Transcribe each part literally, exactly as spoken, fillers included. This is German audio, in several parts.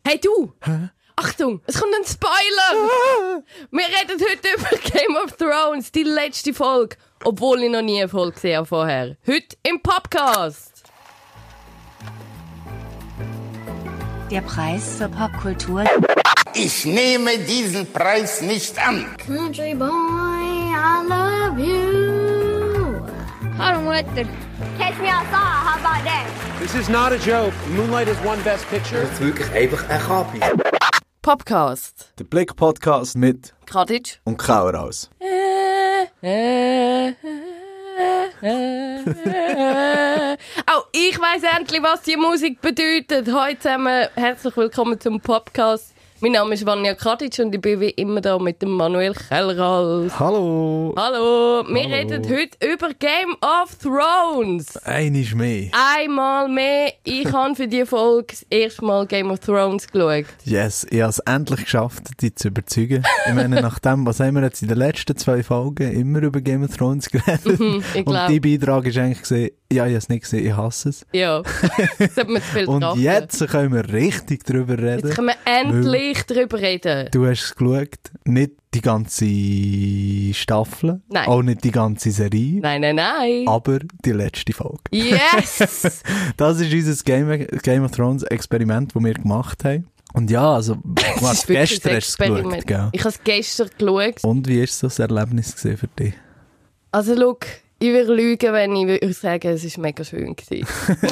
Hey du! Hä? Achtung, es kommt ein Spoiler! Ah. Wir reden heute über Game of Thrones, die letzte Folge. Obwohl ich noch nie eine Folge gesehen habe vorher. Heute im Podcast. Der Preis für Popkultur. Ich nehme diesen Preis nicht an. Country boy, I love you. Hallo Mutter. Catch me outside, how about that? This is not a joke. Moonlight is one best picture. Das ist wirklich einfach ein Kapi. Podcast. Der Blick-Podcast mit Kadic. und Kauraus. Auch ich weiss endlich, was die Musik bedeutet. Heute zusammen herzlich willkommen zum Podcast. Mein Name ist Vanja Kadic und ich bin wie immer da mit dem Manuel Kellerhals. Hallo. Hallo, wir Hallo. reden heute über Game of Thrones. Einmal mehr. Einmal mehr. Ich habe für diese Folge das erste Mal Game of Thrones geschaut. Yes, ich habe es endlich geschafft, dich zu überzeugen. Ich meine, nach dem, was haben wir jetzt in den letzten zwei Folgen immer über Game of Thrones geredet. Mhm, ich und glaub. dein Beitrag ist eigentlich gesehen, ja, ich habe es nicht gesehen, ich hasse es. Ja, das hat mir zu viel Und gedacht. jetzt können wir richtig drüber reden. Jetzt können wir endlich darüber reden. Du hast es geschaut, nicht die ganze Staffel, Nein. auch nicht die ganze Serie, Nein, nein, nein. aber die letzte Folge. Yes! Das ist unser Game, Game of Thrones Experiment, das wir gemacht haben. Und ja, also, Das was, ist wirklich gestern ein hast du es geschaut, Experiment. gell? Ich habe es gestern geschaut. Und wie war so das Erlebnis gewesen für dich? Also, schau, ich würde lügen, wenn ich würde sagen, es war mega schön gewesen.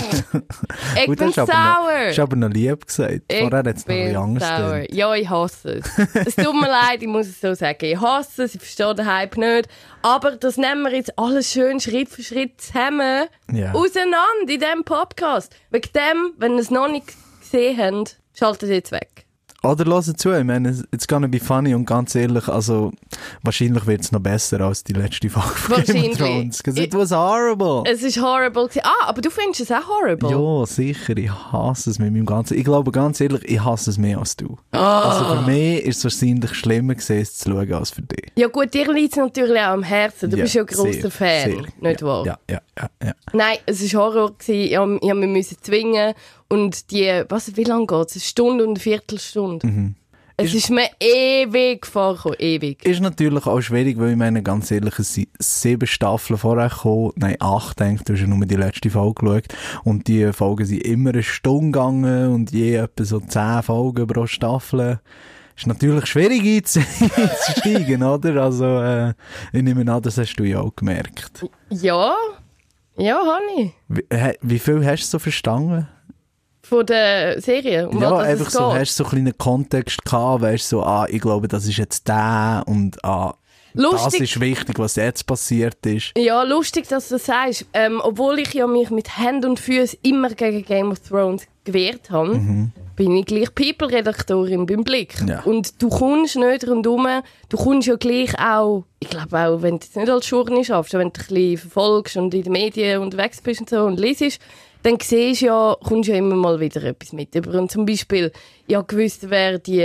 Ich Gut, bin hast aber sauer. noch- hast aber noch lieb gesagt. Vorher hat es noch ein bisschen bin anders sauer. gedacht. Ja, ich hasse es. Es tut mir leid, ich muss es so sagen. Ich hasse es, ich verstehe den Hype nicht. Aber das nehmen wir jetzt alles schön Schritt für Schritt zusammen Ja. auseinander in diesem Podcast. Wegen dem, wenn ihr es noch nicht gesehen habt, schaltet jetzt weg. Oder hört zu, ich meine, it's gonna be funny und ganz ehrlich, also, wahrscheinlich wird es noch besser als die letzte Folge von Game of Wahrscheinlich. Thrones. Because it was horrible. Es ist horrible gewesen. Ah, aber du findest es auch horrible? Ja, sicher. Ich hasse es mit meinem ganzen... Ich glaube, ganz ehrlich, ich hasse es mehr als du. Also für mich ist es wahrscheinlich schlimmer gewesen, es zu schauen, als für dich. Ja gut, dir liegt es natürlich auch am Herzen. Du Ja, bist ja ein grosser sehr, Fan, sehr. nicht ja, wahr? Ja, ja, ja, ja. Nein, es war Horror gewesen. Ich hab- ich hab mich müssen zwingen. Und die, was, wie lange geht es? Eine Stunde und eine Viertelstunde. Mhm. Es ist, mir ewig vorgekommen, ewig. Ist natürlich auch schwierig, weil ich meine, ganz ehrlich, es sind sieben Staffeln vorher gekommen. Nein, acht, denke ich. Du hast ja nur die letzte Folge geschaut. Und die Folgen sind immer eine Stunde gegangen und je etwa so zehn Folgen pro Staffel. Ist natürlich schwierig einzusteigen, oder? Also, äh, ich nehme an, das hast du ja auch gemerkt. Ja, ja, habe ich. Wie, hä- wie viel hast du so verstanden? Von der Serie, um Ja, was einfach es so, geht. hast du so einen kleinen Kontext gehabt, weißt so, ah, ich glaube, das ist jetzt der und ah, das Lustig. ist wichtig, was jetzt passiert ist. Ja, lustig, dass du das sagst. Ähm, obwohl ich ja mich mit Händen und Füßen immer gegen Game of Thrones gewehrt habe, bin ich gleich People-Redaktorin beim Blick. Ja. Und du kommst nicht rundherum, du kommst ja gleich auch, ich glaube auch, wenn du es nicht als Journalist schaffst, wenn du ein bisschen verfolgst und in den Medien unterwegs bist und so und liest, dann siehst du ja, kommst du ja immer mal wieder etwas mit über. Und zum Beispiel, ich habe gewusst, wer die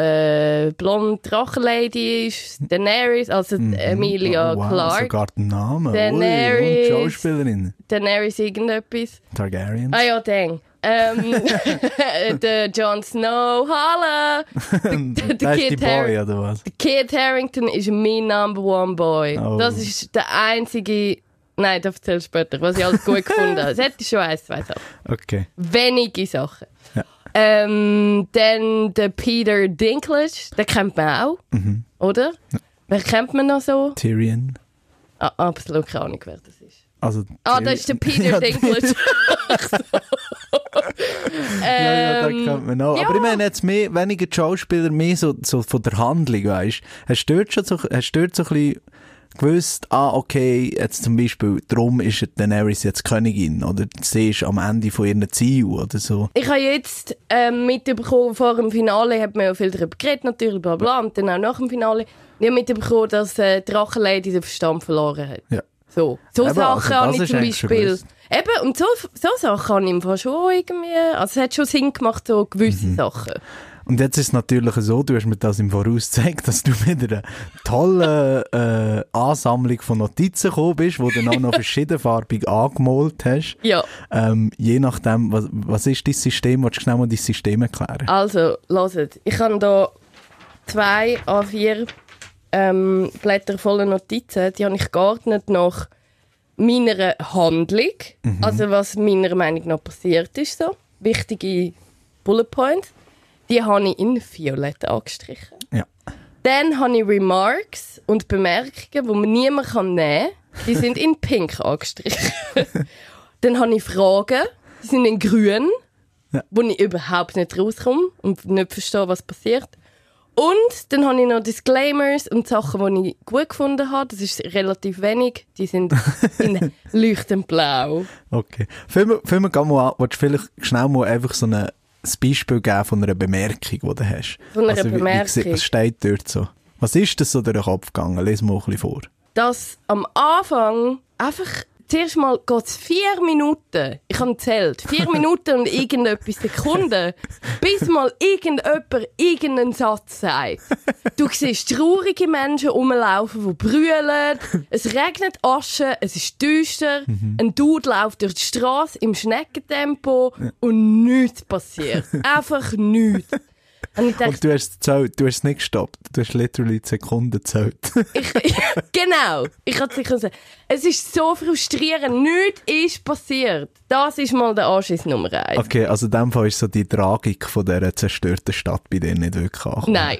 äh, blonde Drachenlady ist, Daenerys, also Emilia Oh, wow, Clarke. sogar den Namen. Daenerys. Ui, und Schauspielerin. Daenerys irgendetwas. Targaryen. Ah ja, dang. Ähm, der Jon Snow, hallo! Der, Das ist die Boy, Har- oder was? der Kit Harington ist mein Number One Boy. Oh. Das ist der einzige... Nein, das erzähl ich später, was ich alles gut gefunden habe. Es hätte schon ein, zwei Sachen. Okay. Wenige Sachen. Ja. Ähm, dann der Peter Dinklage, den kennt man auch, Mhm. oder? Wer kennt man noch so? Tyrion. Ah, absolut keine Ahnung, wer das ist. Also, Ah, Tyrion- das ist der Peter Ja, Dinklage. Ja, ja, Ähm, das kennt man auch. ja. Aber ich meine jetzt mehr, weniger die Schauspieler, mehr so, so von der Handlung, weißt du? Hast du dort schon so, hast du dort so ein bisschen gewusst, ah, okay, jetzt zum Beispiel, darum ist Daenerys jetzt Königin, oder sie ist am Ende von ihren Zielen, oder so. Ich habe jetzt ähm, mitbekommen, vor dem Finale hat man ja viel darüber geredet, natürlich, bla bla, und dann auch nach dem Finale. Ich habe mitbekommen, dass äh, Drachenlady den Verstand verloren hat. Ja. So, so Eben, Sachen also habe das ich ist zum eigentlich schon Beispiel... gewusst. Eben, und so, so Sachen habe ich im Fall schon irgendwie... Also es hat schon Sinn gemacht, so gewisse Mhm. Sachen. Und jetzt ist es natürlich so, du hast mir das im Voraus gezeigt, dass du mit einer tollen äh, Ansammlung von Notizen gekommen bist, die du dann auch noch verschiedenfarbig angemalt hast. Ja. Ähm, je nachdem, was, was ist dein System? Willst du schnell mal dein System erklären? Also, hört, ich habe hier zwei A vier ähm, Blätter voller Notizen. Die habe ich geordnet nach meiner Handlung. Mhm. Also, was meiner Meinung nach passiert ist. So. Wichtige Bullet Points. Die habe ich in violett angestrichen. Ja. Dann habe ich Remarks und Bemerkungen, die man niemand nehmen kann. Die sind in pink angestrichen. Dann habe ich Fragen, die sind in grün, ja. wo ich überhaupt nicht rauskomme und nicht verstehe, was passiert. Und dann habe ich noch Disclaimers und Sachen, die ich gut gefunden habe. Das ist relativ wenig. Die sind in leuchtend blau. Okay. Fangen wir mal an. Willst du vielleicht schnell mal einfach so eine ein Beispiel geben von einer Bemerkung, die du hast? Von einer also, Bemerkung? Wie, wie, was steht dort so? Was ist das so durch den Kopf gegangen? Lies mal ein bisschen vor. Dass am Anfang einfach... Zuerst mal geht es vier Minuten, ich habe gezählt, vier Minuten und irgendetwas Sekunden, bis mal irgendjemand irgendeinen Satz sagt. Du siehst traurige Menschen rumlaufen, die brüllen, es regnet Asche, es ist düster, mhm. ein Dude läuft durch die Straße im Schneckentempo und nichts passiert. Einfach nichts. Und, ich dachte, und du hast gezählt, du hast es nicht gestoppt. Du hast literally die Sekunden gezählt. ich, genau. Ich kann sicher sagen, es ist so frustrierend. Nichts ist passiert. Das ist mal der Anschiss Nummer eins. Okay, also in dem Fall ist so die Tragik von dieser zerstörten Stadt bei dir nicht wirklich angekommen. Nein.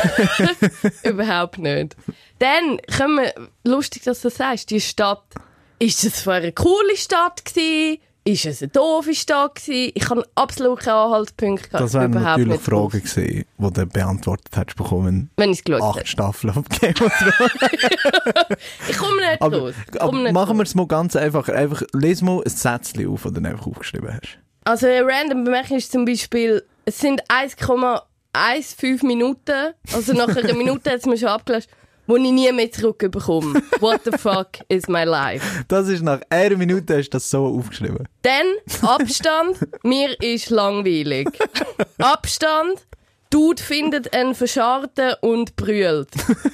Überhaupt nicht. Dann können wir, lustig, dass du das sagst, die Stadt, ist es vorher eine coole Stadt gewesen? Ist es eine doofe Stadt gewesen? Ich habe absolut keine Anhaltspunkte gehabt. Das wären natürlich Fragen gewesen, die du beantwortet hättest bekommen. Wenn ich es geschaut acht hätte. Staffeln auf Game of Thrones. Ich komme nicht aber, raus. Aber nicht machen wir es mal ganz einfach. Einfach lies mal ein Sätzchen auf, das du einfach aufgeschrieben hast. Also eine random Bemerkung ist zum Beispiel, es sind eins Komma fünfzehn Minuten, also nach einer Minute hat es mir schon abgelöscht, wo ich nie mehr zurückbekomme. What the fuck is my life? Das ist nach einer Minute, hast du das so aufgeschrieben. Dann Abstand, mir ist langweilig. Abstand, Dude findet einen Verscharrten und brüllt.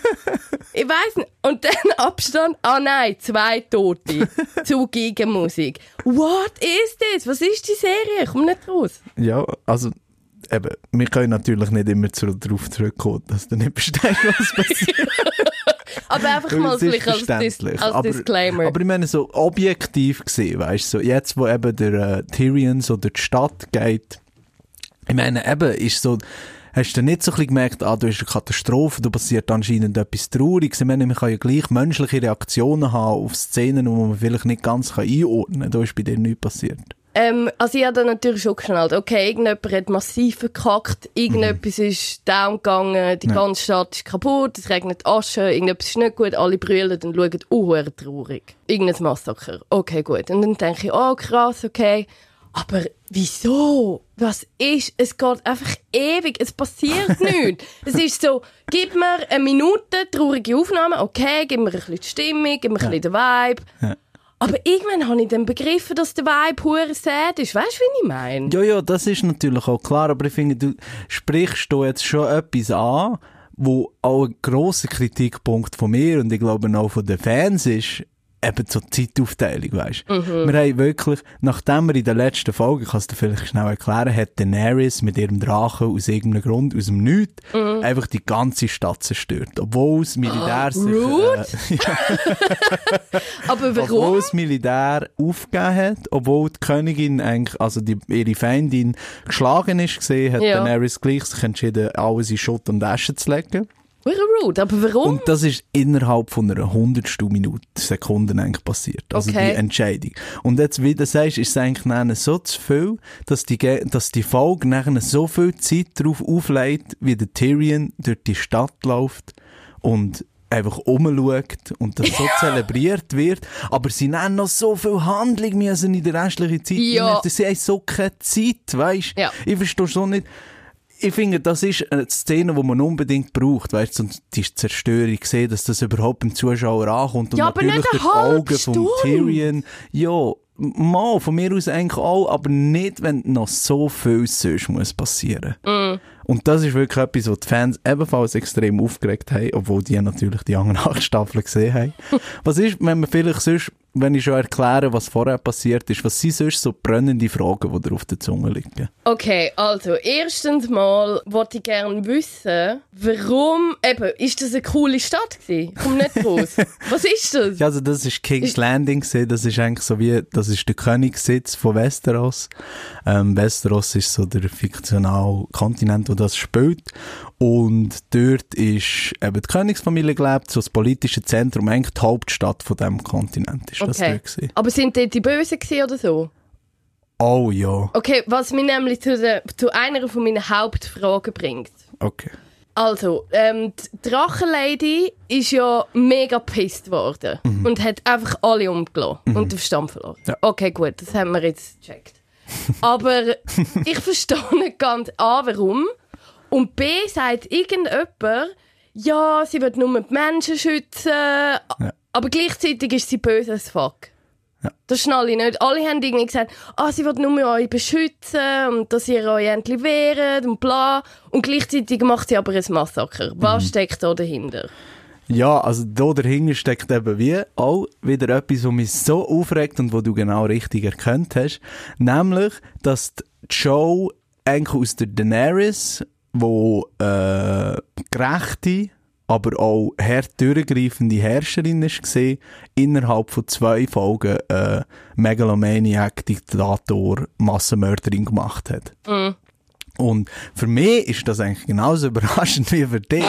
Ich weiss nicht. Und dann Abstand, ah nein, zwei Tote zu Gegenmusik. What is this? Was ist die Serie? Ich komme nicht raus. Ja, also... Eben, wir können natürlich nicht immer zu, darauf zurückkommen, dass du nicht verstehst, was passiert. Aber einfach mal vielleicht als, Dis- als aber, Disclaimer. Aber ich meine, so objektiv gesehen, weißt du, so jetzt, wo eben der äh, Tyrion so durch die Stadt geht, ich meine, eben, ist so, hast du nicht so ein bisschen gemerkt, ah, du hast eine Katastrophe, da passiert anscheinend etwas Trauriges. Ich meine, man kann ja gleich menschliche Reaktionen haben auf Szenen, die man vielleicht nicht ganz einordnen kann. Da ist bei dir nichts passiert. Ähm, also ich habe dann natürlich schon geschnallt, okay, irgendjemand hat massiv verkackt, irgendetwas mhm. ist down gegangen, die ja. ganze Stadt ist kaputt, es regnet Asche, irgendetwas ist nicht gut, alle brüllen und schauen, oh, traurig. Irgendein Massaker. Okay, gut. Und dann denke ich, oh krass, okay. Aber wieso? Was ist? Es geht einfach ewig, es passiert nichts. Es ist so, gib mir eine Minute traurige Aufnahme, okay, gib mir ein bisschen die Stimmung, gib mir ein bisschen den Vibe. Ja. Aber irgendwann habe ich dann begriffen, dass der Vibe hure sad ist. Weißt du, wie ich meine? Ja, ja, das ist natürlich auch klar. Aber ich finde, du sprichst da jetzt schon etwas an, wo auch ein grosser Kritikpunkt von mir und ich glaube auch von den Fans ist, eben zur Zeitaufteilung, weisst. Mhm. Wir haben wirklich, nachdem wir in der letzten Folge, kannst du vielleicht schnell erklären, hat Daenerys mit ihrem Drachen aus irgendeinem Grund, aus dem Nichts, mhm. einfach die ganze Stadt zerstört. Obwohl das Militär oh, sich... Rude? Äh, ja. Aber warum? Obwohl das Militär aufgegeben hat, obwohl die Königin eigentlich, also die, ihre Feindin geschlagen ist gesehen, hat ja. Daenerys gleich sich entschieden, alles in Schutt und Asche zu legen. Wie rude, aber warum? Und das ist innerhalb von einer hundertstel Minute, Sekunden eigentlich passiert. Also okay. die Entscheidung. Und jetzt, wie du sagst, ist es eigentlich nachher so zu viel, dass die, dass die Folge nachher so viel Zeit darauf auflegt, wie der Tyrion durch die Stadt läuft und einfach rumschaut und das so zelebriert wird. Aber sie nehmen noch so viel Handlung müssen in der restlichen Zeit. Ja. Sie haben so keine Zeit, weisst? Ja. Ich verstehe so nicht. Ich finde, das ist eine Szene, die man unbedingt braucht, weißt du, die Zerstörung sehen, dass das überhaupt im Zuschauer ankommt. Und ja, natürlich aber nicht durch die Augen von Tyrion. Ja, mal, von mir aus eigentlich auch, aber nicht, wenn noch so viel sonst muss passieren. Mm. Und das ist wirklich etwas, was die Fans ebenfalls extrem aufgeregt haben, obwohl die natürlich die anderen acht Staffeln gesehen haben. Was ist, wenn man vielleicht sonst, wenn ich schon erkläre, was vorher passiert ist, was sind sonst so brennende Fragen, die dir auf der Zunge liegen? Okay, also, erstens mal wollte ich gerne wissen, warum, eben, ist das eine coole Stadt gewesen? Ich komme nicht raus. Was ist das? Ja, also das ist King's ist Landing gewesen. Das ist eigentlich so wie, das ist der Königssitz von Westeros. Ähm, Westeros ist so der fiktionale Kontinent, wo das spielt. Und dort ist eben die Königsfamilie gelebt, so das politische Zentrum, eigentlich die Hauptstadt von diesem Kontinent ist das okay. dort gewesen. Aber sind dort die Bösen gewesen oder so? Oh ja. Okay, was mich nämlich zu, der, zu einer von meinen Hauptfragen bringt. Okay. Also, ähm, die Drachenlady ist ja mega pisst worden mhm. und hat einfach alle umgelassen mhm. und den Verstand verloren. Ja. Okay, gut, das haben wir jetzt gecheckt. Aber ich verstehe nicht ganz A, warum. Und B, sagt irgendjemand, ja, sie wird nur die Menschen schützen, ja. aber gleichzeitig ist sie böse as fuck. Ja. Das schnalle ich nicht. Alle haben irgendwie gesagt, ah, sie wird nur euch beschützen und dass ihr euch endlich wehrt und bla. Und gleichzeitig macht sie aber ein Massaker. Was mhm. steckt da dahinter? Ja, also da dahinter steckt eben wie auch wieder etwas, was mich so aufregt und wo du genau richtig erkannt hast. Nämlich, dass die Show eigentlich aus der Daenerys, wo äh, gerechte, aber auch hart durchgreifende Herrscherin war, innerhalb von zwei Folgen äh, Megalomaniac, Diktator, Massenmörderin gemacht hat. Mm. Und für mich ist das eigentlich genauso überraschend wie für dich.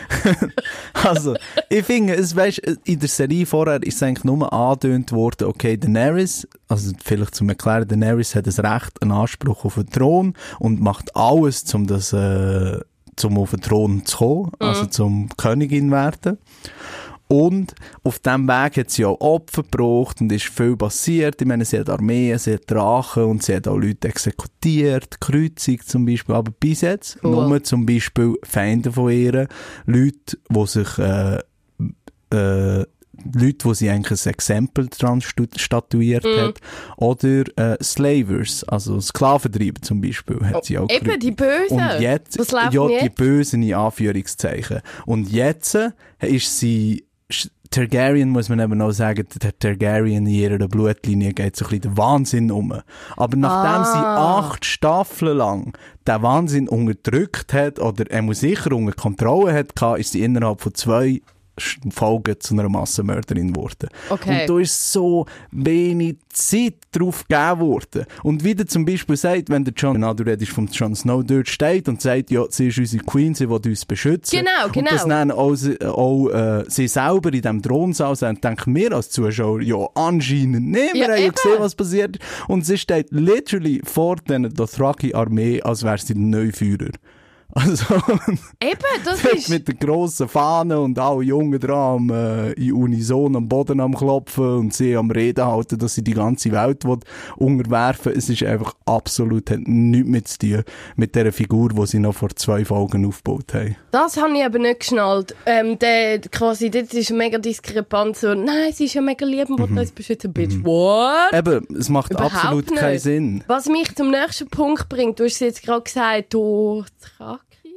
Also, ich finde, es, weißt, in der Serie vorher ist es eigentlich nur angedeutet worden, okay, Daenerys, also vielleicht zum Erklären, Daenerys hat das Recht, einen Anspruch auf den Thron und macht alles, um das, äh, zum auf den Thron zu kommen, mhm. also zum Königin werden. Und auf diesem Weg hat sie auch Opfer gebraucht und ist viel passiert. Ich meine, sie hat Armeen, sie hat Drachen und sie hat auch Leute exekutiert, gekreuzigt zum Beispiel. Aber bis jetzt cool. nur zum Beispiel Feinde von ihr, Leute, die sich, äh, äh, Leute, wo sie eigentlich ein Exempel dran statuiert mm. hat. Oder äh, Slavers, also Sklaventreiber zum Beispiel, hat oh, sie auch eben, die Bösen. Und jetzt, Was läuft ja, jetzt? Die Bösen in Anführungszeichen. Und jetzt äh, ist sie Targaryen, muss man eben auch sagen, der Targaryen in ihrer Blutlinie geht so ein bisschen der Wahnsinn um. Aber nachdem ah. sie acht Staffeln lang den Wahnsinn unterdrückt hat, oder er muss sicher unter Kontrolle hat, ist sie innerhalb von zwei Folgen zu einer Massenmörderin geworden. Okay. Und da ist so wenig Zeit drauf gegeben worden. Und wie der zum Beispiel sagt, wenn der Jon, na, du redest vom Jon Snow, dort steht und sagt, ja, sie ist unsere Queen, sie will uns beschützen. Genau, genau. Und das nennen auch, auch äh, sie selber in diesem Thronsaal sind, denken wir als Zuschauer, ja, anscheinend nicht. Wir ja, haben ja eben. gesehen, was passiert. Und sie steht literally vor dieser Dothraki-Armee, als wäre sie der Neuführer. Also, eben, das ist... mit der grossen Fahne und alle Jungen dran äh, in Unison am Boden am Klopfen und sie am Reden halten, dass sie die ganze Welt will unterwerfen. Es ist einfach absolut, hat nichts mehr zu tun mit dieser Figur, die sie noch vor zwei Folgen aufgebaut haben. Das habe ich aber nicht geschnallt. Ähm, der, quasi, das ist mega diskrepant. So, nein, sie ist ja mega lieb und will uns beschützen. Bitch, Mhm. what? Eben, es macht Überhaupt absolut nicht. keinen Sinn. Was mich zum nächsten Punkt bringt, du hast es jetzt gerade gesagt, Dothraki?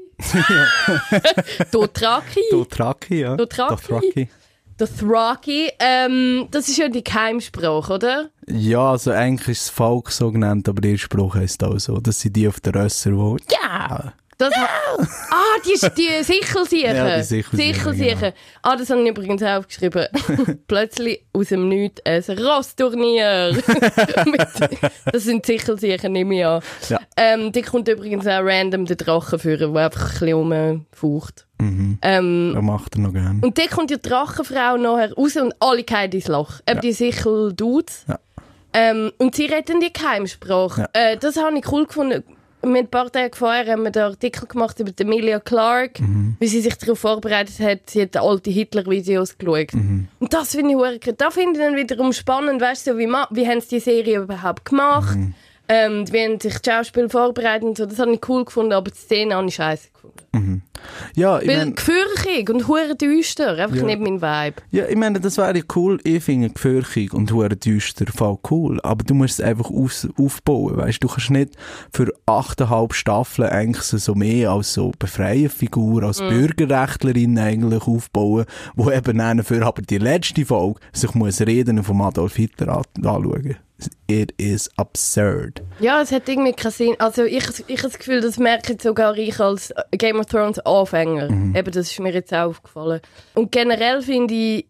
Dothraki? Dothraki, ja. Dothraki? Dothraki. Ähm, das ist ja die Keimsprache, oder? Ja, also eigentlich ist das Volk so genannt, aber ihr Spruch heisst auch so. Das sind die auf der Rösser, die ja... Das ah, die, die Sichelsiechen. Ja, die Sichelsiechen, Sichelsiechen. genau. Ah, das habe ich übrigens auch aufgeschrieben. Plötzlich aus dem Nichts ein Rossturnier. Mit- das sind Sichelsiechen, nehme ich an. Ja. Ähm, die kommt übrigens auch random der Drachenführer, der einfach ein bisschen rumfaucht. Mhm. Ähm, Das macht er noch gerne. und dann kommt die Drachenfrau nachher raus und alle fallen ins Loch. Eben Ja. die Sichel-Dudes. Ja. Ähm, und sie retten die Geheimsprache. Ja. Äh, das habe ich cool gefunden. Mit ein paar Tagen vorher haben wir den Artikel gemacht über Emilia Clarke, Mhm. wie sie sich darauf vorbereitet hat. Sie hat alte Hitler-Videos geschaut. Mhm. Und das finde ich verdammt cool. Da finde ich dann wiederum spannend, weißt du, wie, ma- wie haben sie die Serie überhaupt gemacht? Mhm. Ähm, wie haben sich die Schauspieler vorbereitet und so. Das habe ich cool gefunden, aber die Szene habe ich scheiße gefunden. Mhm. Ja, ich Weil mein, gefürchtig und hure düster, einfach Ja. nicht mein Vibe. ja, ich meine, das wäre cool. Ich finde gefürchtig und hure düster voll cool. Aber du musst es einfach aus, aufbauen, weißt du? Du kannst nicht für achteinhalb Staffeln eigentlich so mehr als so Befreierfigur, als Mhm. Bürgerrechtlerin eigentlich aufbauen, wo eben dann für aber die letzte Folge sich muss Reden von Adolf Hitler an- anschauen. It is absurd. Ja, es hat irgendwie keinen Sinn. Also ich, ich habe das Gefühl, das merke ich sogar ich als Game of Thrones Anfänger. Mhm. Eben, das ist mir jetzt auch aufgefallen. Und generell finde ich...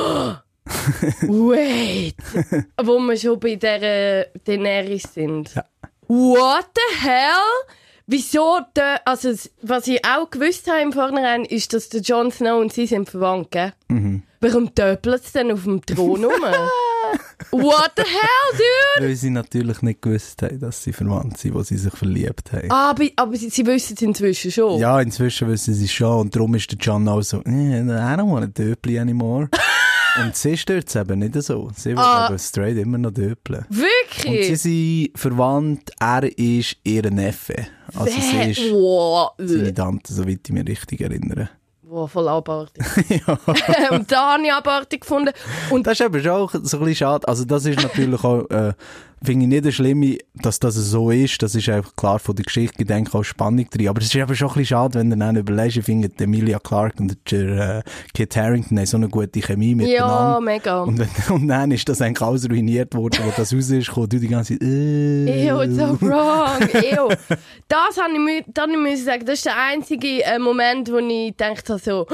Wait! Wo wir schon bei dieser Daenerys sind. Ja. What the hell? Wieso der... Also, was ich auch gewusst habe im Vornherein, ist, dass der Jon Snow und sie sind verwandt, gell? Mhm. Warum töpelt es denn auf dem Thron rum? What the hell, dude? Weil sie natürlich nicht gewusst haben, dass sie verwandt sind, wo sie sich verliebt haben. Ah, aber, aber sie, sie wissen es inzwischen schon. Ja, inzwischen wissen sie schon. Und darum ist der John auch so, eh, I don't want a Döpli anymore. Und sie stört es eben nicht so. Sie will Ah. eben straight immer noch döpeln. Und Wirklich? sie sind verwandt, er ist ihr Neffe. Also sie ist Wow. seine Tante, soweit ich mich richtig erinnere. Wow, voll abartig. Ja. Und da habe ich abartig gefunden. Und Das ist eben schon auch so ein bisschen schade. Also das ist natürlich auch, äh, finde ich nicht das Schlimme, dass das so ist. Das ist einfach klar von der Geschichte, ich denke auch Spannung drin. Aber es ist eben schon ein bisschen schade, wenn du dann überlegst, ich finde, Emilia Clarke und der äh, Kit Harington haben so eine gute Chemie miteinander. ja, mega. Und, wenn, und dann ist das eigentlich alles ruiniert worden, wo das raus ist gekommen. Du die ganze Zeit, äh, Ew, it's so wrong. Ew. Das habe ich, mü- dann muss ich sagen, das ist der einzige äh, Moment, wo ich gedacht habe, so,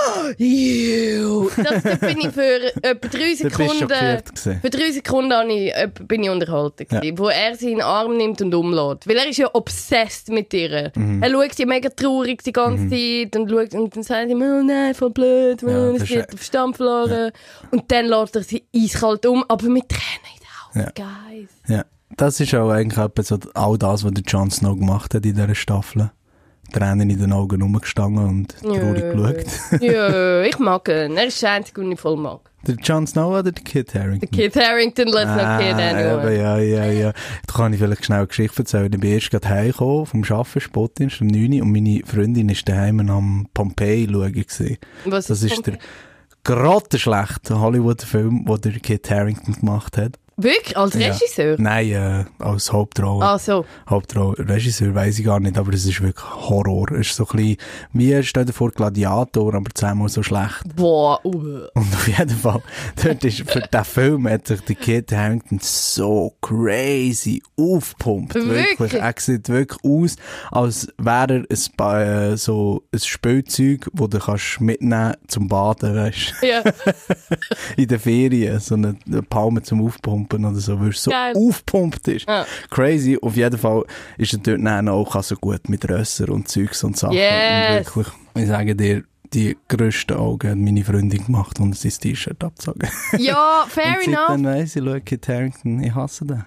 ew. Das, da bin ich für etwa drei Da bist du Sekunden, schockiert gewesen. für drei Sekunden habe ich, etwa- bin ich unterhalten gewesen, Ja. wo er sie in den Arm nimmt und umlässt. Weil er ist ja obsessed mit ihr. Mhm. Er schaut sie mega traurig die ganze Zeit und, schaut, und dann sagt sie, oh nein, voll blöd, Ja, man, das sie ist- hat den Verstand verloren. Und dann lässt er sie eiskalt um, aber mit Tränen in den Augen, Ja. guys. Ja, das ist auch eigentlich etwa so all das, was der Jon Snow gemacht hat in dieser Staffel. Tränen in den Augen rumgestanden und traurig geschaut. Ja, ich mag ihn. Er ist der Einzige, den ich voll mag. Der Jon Snow oder der Kit Harington? Kit Harington, let's not kid anyone. eben, ja, ja, ja. Da kann ich vielleicht schnell eine Geschichte erzählen. Ich bin erst gerade heimgekommen vom Arbeiten, Spotdienst um neun Uhr und meine Freundin war daheim am Pompeii schauen gewesen. Was Das ist der grottenschlechte Hollywood-Film, den der Kit Harington gemacht hat. Wirklich? Als Ja. Regisseur? Nein, äh, als Hauptrolle. Ah, so. Hauptrolle, Regisseur weiss ich gar nicht, aber es ist wirklich Horror. Es ist so ein bisschen, wie stell dir vor Gladiator, aber zehnmal so schlecht. Boah, uh. Und auf jeden Fall, dort ist, für den Film hat sich der Kit Harington so crazy aufgepumpt. Wirklich. Wirklich? Er sieht wirklich aus, als wäre er ein, Ba- äh, so ein Spielzeug, das du kannst mitnehmen zum Baden, weißt Ja. in den Ferien, so eine, eine Palme zum Aufpumpen oder so, weil es so Geil. aufgepumpt ist. Ja. Crazy. Auf jeden Fall ist er dort dann auch so gut mit Rösser und Zeugs und Sachen. Yes. Und wirklich, ich sage dir, die grössten Augen hat meine Freundin gemacht, und sein T-Shirt abgezogen. Ja, fair und enough. seitdem weiss ich, schau, Kit Harington, ich hasse den.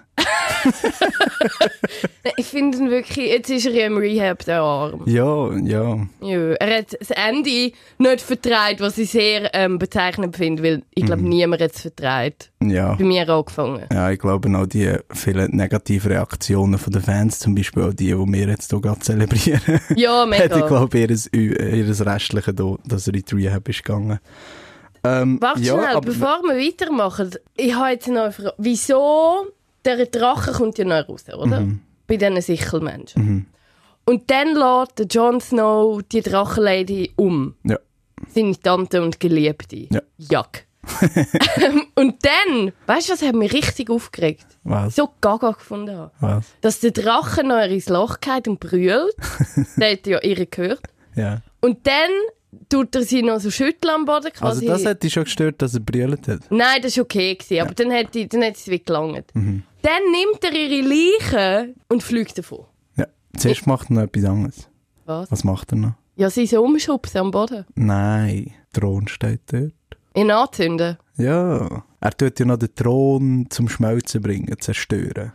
Ich finde ihn wirklich, jetzt ist er ja im Rehab, der Arm. Ja, ja. Ja, er hat das Ende nicht vertreibt, was ich sehr ähm, bezeichnend finde, weil ich glaube, Mhm. niemand hat es vertreibt. Ja. Bei mir angefangen. Ja, ich glaube auch die vielen negativen Reaktionen von den Fans, zum Beispiel auch die, die wir jetzt hier gerade zelebrieren, Ja, hat, ich mega. glaube, ihr, ihr Restliche da, dass er in die Rehab ist gegangen. Ähm, Warte ja, schnell, aber- bevor wir weitermachen. Ich habe jetzt noch eine Frage. Wieso, der Drache kommt ja noch raus, oder? Mhm. Bei diesen Sichelmenschen. Und dann lässt der Jon Snow die Drachenlady um. Ja. Seine Tante und Geliebte. Ja. Jack. Und dann, weißt du, was hat mich richtig aufgeregt? Was? So gaga gefunden habe. Was? Dass der Drache noch ins Loch geht und brüllt. Der hat ja ihr gehört. Ja. Und dann tut er sie noch so schütteln am Boden. Also Quasi. das hat dich schon gestört, dass er brüllt hat? Nein, das war okay, gewesen, aber dann hat, die, dann hat sie wie gelangt. Mhm. Dann nimmt er ihre Leiche und fliegt davon. Ja. Zuerst macht er noch etwas anderes. Was? Was macht er noch? Ja, sie so umschubsen am Boden. Nein, der Thron steht dort. Ihn anzünden. Ja. Er tut ja noch den Thron zum Schmelzen bringen, zerstören.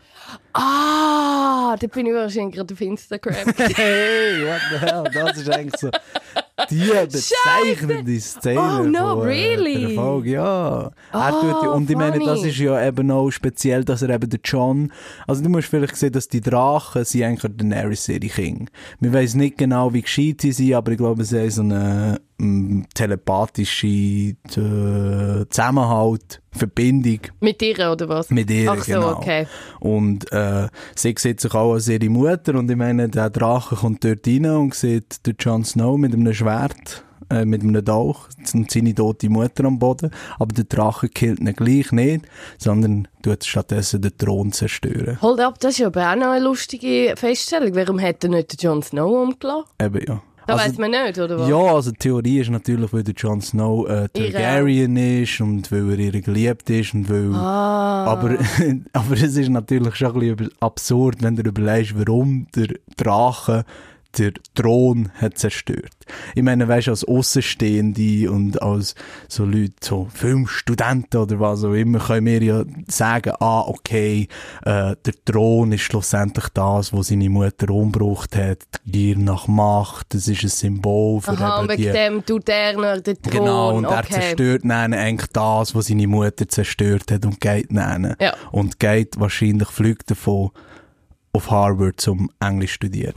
Ah, da bin ich wahrscheinlich gerade auf Instagram. Hey, what the hell? Das ist eigentlich so Die bezeichnende Szene Oh, no, von, äh, really? der Folge, ja. Er Oh, tut, und ich meine, funny. das ist ja eben auch speziell, dass er eben der John, also du musst vielleicht sehen, dass die Drachen sind eigentlich Daenerys ihre King. Wir weiss nicht genau, wie gescheit sie sind, aber ich glaube, sie haben so eine ähm, telepathische äh, Zusammenhalt, Verbindung. Mit ihr, oder was? Mit ihr, Ach so, genau. okay. Und äh, sie sieht sich auch als ihre Mutter und ich meine, der Drache kommt dort rein und sieht den Jon Snow mit einem Schwert, äh, mit einem Dolch und seine tote Mutter am Boden, aber der Drache killt ihn gleich nicht, sondern tut stattdessen den Thron zerstören. Hold up, das ist aber auch noch eine lustige Feststellung. Warum hat er nicht den Jon Snow umgelassen? Eben, ja. Das Also, weiss man nicht, oder was? Ja, also die Theorie ist natürlich, weil der Jon Snow äh, Targaryen ist und weil er ihr geliebt ist und weil... Ah. Aber, aber es ist natürlich schon ein bisschen absurd, wenn du überlegst, warum der Drache der Thron hat zerstört. Ich meine, weisst du, als Aussenstehende und als so Leute, so Filmstudenten oder was auch immer, können wir ja sagen, ah, okay, äh, der Thron ist schlussendlich das, was seine Mutter umgebracht hat, die Gier nach Macht, das ist ein Symbol für Aha, eben wegen die... dem tut er noch den Thron. Genau, und er okay. zerstört dann eigentlich das, was seine Mutter zerstört hat und geht dann. Ja. Und geht wahrscheinlich, fliegt davon auf Harvard zum Englisch studieren.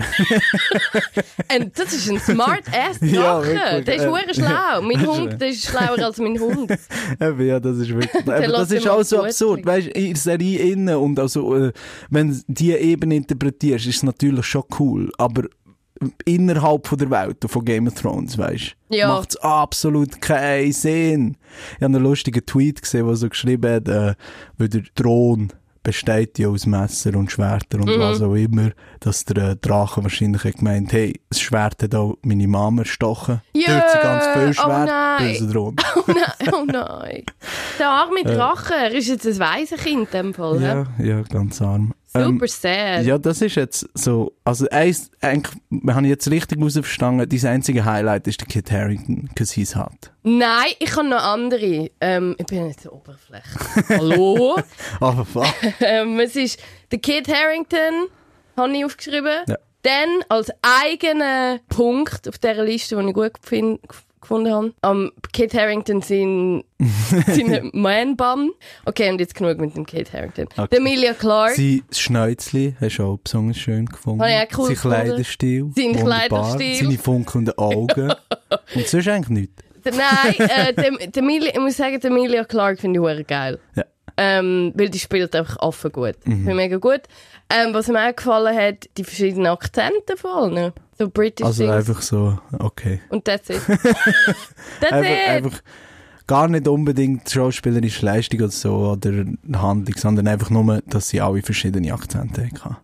Und das ist ein smart-ass-Drache. Ja, wirklich. Der ist verdammt schlau. Mein Hund, der ist schlauer als mein Hund. Eben, ja, das ist wirklich... Der Aber das lässt ist immer auch so gut absurd. klingen. Weißt du, in der Serie innen und also, äh, wenn du diese Ebene interpretierst, ist es natürlich schon cool. Aber innerhalb von der Welt, von Game of Thrones, weißt du, Ja. macht es absolut keinen Sinn. Ich habe einen lustigen Tweet gesehen, der so geschrieben hat, äh, weil der Thron besteht ja aus Messer und Schwerter und Mhm. was auch immer, dass der äh, Drache wahrscheinlich hat gemeint, hey, das Schwert hat auch meine Mama erstochen. Ja, Dort sind ganz viele oh Schwerter, nein. böser Thron. Oh nein, oh nein. Der arme Drache, er ist jetzt ein Waisenkind in dem Fall. Ja, ja, ganz arm. Ähm, Super sad. Ja, das ist jetzt so, also eins, eigentlich, wir haben jetzt richtig herausverstanden, dein einzige Highlight ist der Kit Harington, because he's hot. Nein, ich habe noch andere. Ähm, ich bin nicht so oberflächlich. Hallo? Aber fuck. ähm, es ist der Kit Harington, habe ich aufgeschrieben. Ja. Dann als eigenen Punkt auf dieser Liste, die ich gut gefin- gefunden habe, am Kit Harington sein, seine Man-Bum. Okay, und jetzt genug mit dem Kit Harington. Okay. Der Emilia Clarke. Sein Schnäuzli hast du auch besonders schön gefunden. Habe ich auch cool Sein gefunden. Kleiderstil. Sein wunderbar. Kleiderstil. Seine funkelnden Augen. Und sonst eigentlich nichts. Der- Nein, äh, der, der Emilia, ich muss sagen, der Emilia Clarke finde ich verdammt geil. Ja. Ähm, weil die spielt einfach offen gut. Mhm. Finde ich mega gut. Ähm, was mir auch gefallen hat, die verschiedenen Akzente vor allem. So British Also Things. einfach so, okay. Und that's it. That's Einfach, it. einfach gar nicht unbedingt schauspielerische Leistung oder so oder Handlung, sondern einfach nur, dass sie alle verschiedene Akzente hatten.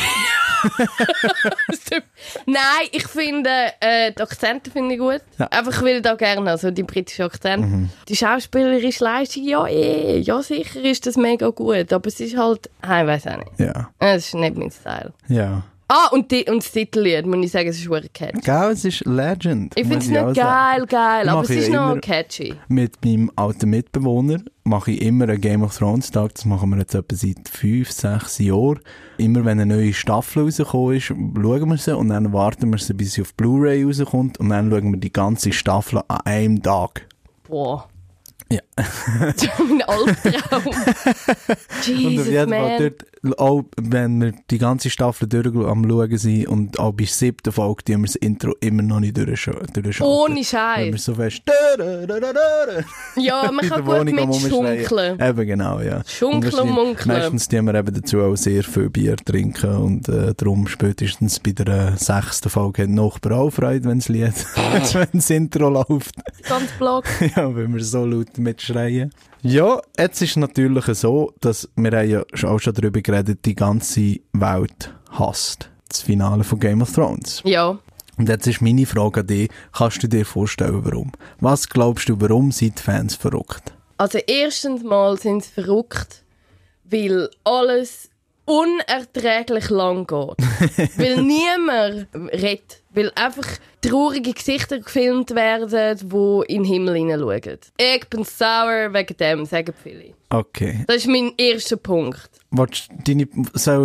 Nein, ich finde, äh, die Akzente finde ich gut. Ja. Einfach, weil ich da gerne also die britischen Akzente. Mhm. Die schauspielerische Leistung, ja eh, ja sicher ist das mega gut, aber es ist halt, ah, ich weiß auch nicht. Ja, Es ist nicht mein Style. ja. Ah, und, die, und das Titellied, muss ich sagen, es ist wirklich catchy. Gell, es ist Legend. Ich finde muss es nicht auch geil, sagen. geil, aber es Mache ich ist noch immer catchy. Mit meinem alten Mitbewohner mache ich immer einen Game of Thrones Tag. Das machen wir jetzt etwa seit fünf, sechs Jahren. Immer wenn eine neue Staffel rausgekommen ist, schauen wir sie und dann warten wir sie, bis sie auf Blu-ray rauskommt und dann schauen wir die ganze Staffel an einem Tag. Boah. Ja. Das ist mein Albtraum. Und Jesus, auf jeden Fall man. dort, auch wenn wir die ganze Staffel durch am schauen sind und auch bei der siebten Folge, die wir das Intro immer noch nicht durchschauen. Ohne Wenn wir Scheiß. so fest Ja, man in kann der gut Wohnung am mit Rumschreien. schunkeln. Eben, genau, ja. Schunkeln und wahrscheinlich- munkeln. Meistens tun wir eben dazu auch sehr viel Bier trinken und äh, darum spätestens bei der äh, sechsten Folge hat noch auch Freude, wenn das Lied, wenn das Intro läuft. Ganz block. Ja, wenn wir so laut mitschreien. Ja, jetzt ist es natürlich so, dass wir haben ja auch schon darüber geredet, die ganze Welt hasst das Finale von Game of Thrones. Ja. Und jetzt ist meine Frage an dich, kannst du dir vorstellen, warum? Was glaubst du, warum sind die Fans verrückt? Also erstens mal sind sie verrückt, weil alles unerträglich lang geht. Weil niemand redet. Weil einfach traurige Gesichter gefilmt werden, die in den Himmel hineinschauen. Ich bin sauer wegen dem, sagen viele. Okay. Das ist mein erster Punkt. Willst du deine, sollen wir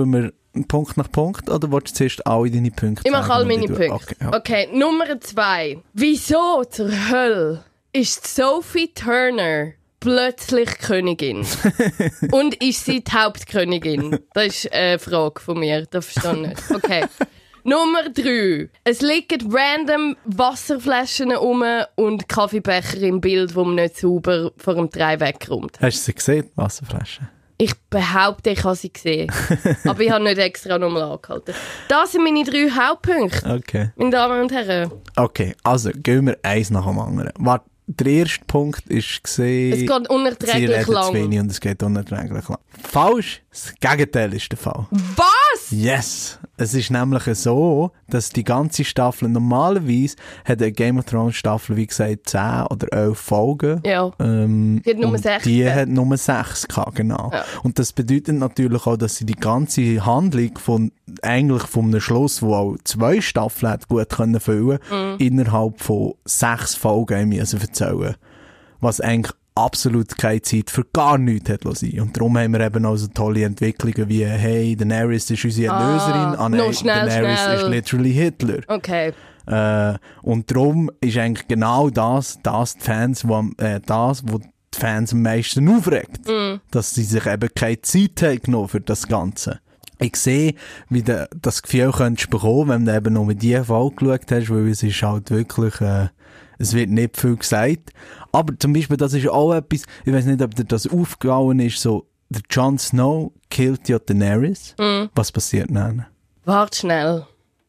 Punkt nach Punkt oder willst du zuerst alle deine Punkte Ich mache sagen, all die meine du- Punkte. Okay, ja. Okay, Nummer zwei. Wieso zur Hölle ist Sophie Turner plötzlich Königin? Und ist sie die Hauptkönigin? Das ist eine Frage von mir, das verstehe ich nicht. Okay. Nummer drei. Es liegen random Wasserflaschen rum und Kaffeebecher im Bild, wo man nicht sauber vor dem Drei wegkommt. Hast du sie gesehen, die Wasserflasche? Ich behaupte, ich habe sie gesehen. Aber ich habe nicht extra nochmal angehalten. Das sind meine drei Hauptpunkte, Okay. meine Damen und Herren. Okay, also gehen wir eins nach dem anderen. Warte, der erste Punkt ist gesehen... Es geht Sie unerträglich reden zu lang. wenig und es geht unerträglich lang. Falsch, das Gegenteil ist der Fall. Was? Yes! Es ist nämlich so, dass die ganze Staffel, normalerweise hat eine Game of Thrones Staffel, wie gesagt, zehn oder elf Folgen. Ja. Ähm, Die hat nur und sechs Die gehabt. hat nur sechs gehabt, genau. Ja. Und das bedeutet natürlich auch, dass sie die ganze Handlung von, eigentlich von einem Schluss, wo auch zwei Staffeln hat gut können füllen, Mhm. innerhalb von sechs Folgen haben müssen erzählen. Was eigentlich absolut keine Zeit für gar nichts hat lassen. Und darum haben wir eben auch so tolle Entwicklungen wie, hey, Daenerys ist unsere Ah, Erlöserin, ah, nein, noch schnell, Daenerys schnell. ist literally Hitler. Okay. Äh, und darum ist eigentlich genau das, das die Fans, wo, am- äh, das, wo die Fans am meisten aufregt. Mm. Dass sie sich eben keine Zeit haben genommen für das Ganze. Ich sehe, wie du das Gefühl könntest bekommen, wenn du eben noch mit dieser Folge geschaut hast, weil es ist halt wirklich, äh, es wird nicht viel gesagt. Aber zum Beispiel, das ist auch etwas, ich weiß nicht, ob dir das aufgegangen ist, so, der Jon Snow killt ja Daenerys. Mm. Was passiert dann? Warte schnell.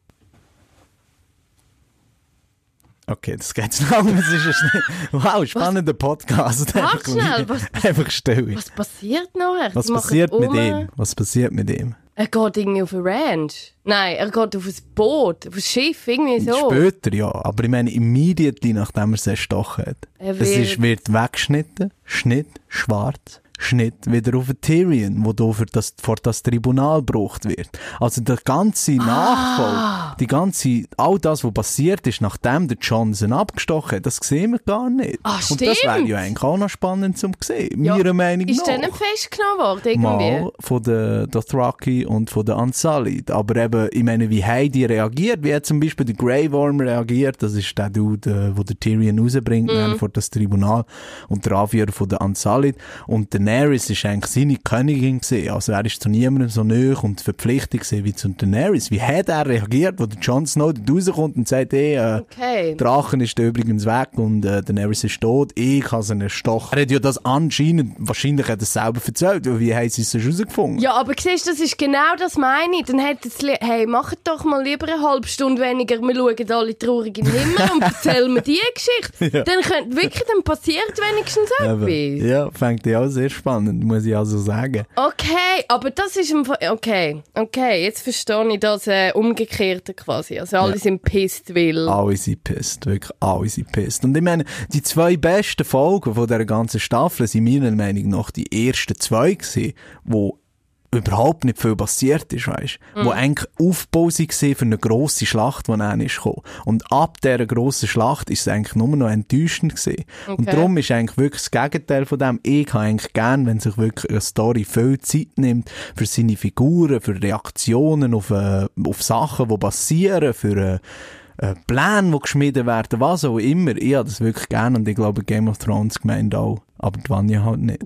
Okay, das geht zu lang. Es ist ein Schnitt. Wow, spannender Podcast. Warte Einfach schnell, wie- was- Einfach still. Was passiert nachher? Was Sie machen passiert mit um- ihm? Was passiert mit ihm? Er geht irgendwie auf eine Ranch. Nein, er geht auf ein Boot, auf ein Schiff, irgendwie so. Später, ja. Aber ich meine, immediately, nachdem er es erstochen hat. Er Es wird- ist, wird weggeschnitten, Schnitt, schwarz, Schnitt wieder auf einen Tyrion, wo da für das, vor das Tribunal gebracht wird. Also der ganze Ah. Nachfolge, die ganze, all das, was passiert ist, nachdem der Johnson abgestochen hat, das sehen wir gar nicht. Ah, Und das wäre stimmt. ja eigentlich auch noch spannend zum sehen, Ja, meiner Meinung Ist nach. der nicht festgenommen worden, irgendwie? Mal von den Dothraki und von den Unsullied. Aber eben, ich meine, wie haben die reagiert? Wie hat zum Beispiel der Grey Worm reagiert? Das ist der Dude, äh, wo der Tyrion rausbringt Mhm. vor das Tribunal. Und der Anführer von den Unsullied. Und Daenerys ist eigentlich seine Königin gewesen. Also er ist zu niemandem so nahe und verpflichtet gewesen wie zu Daenerys. Wie hat er reagiert, wo der Jon Snow dort rauskommt und sagt, hey, äh, Okay. Drachen ist übrigens weg und äh, Daenerys ist tot, ich habe sie erstochen. Er hat ja das anscheinend, wahrscheinlich hat er es selber erzählt, weil wie haben sie es herausgefunden? Ja, aber siehst du, das ist genau das meine ich. Dann hätte es, li- hey, macht doch mal lieber eine halbe Stunde weniger, wir schauen alle traurig in den Himmel und erzählen mir die Geschichte. Ja. Dann könnt, wirklich, dann passiert wenigstens Aber, etwas. ja, fängt ja auch sehr spannend, muss ich also sagen. Okay, aber das ist im Fall, okay, okay, jetzt verstehe ich das äh, Umgekehrte quasi. Also alle Ja. sind pissed, weil... Alle sind pisst, wirklich alle sind pisst. Und ich meine, die zwei besten Folgen von dieser ganzen Staffel sind meiner Meinung nach die ersten zwei gewesen, wo überhaupt nicht viel passiert ist, weisst, Mhm. wo eigentlich Aufbau waren für eine grosse Schlacht, die dann ist gekommen. Und ab dieser grossen Schlacht ist es eigentlich nur noch enttäuschend gewesen. Und Okay. darum ist eigentlich wirklich das Gegenteil von dem. Ich habe eigentlich gern, wenn sich wirklich eine Story viel Zeit nimmt für seine Figuren, für Reaktionen auf, äh, auf Sachen, die passieren, für äh, äh, Pläne, die geschmiedet werden, was auch immer. Ich habe das wirklich gern und ich glaube Game of Thrones gemeint auch. Aber die Vanya halt nicht.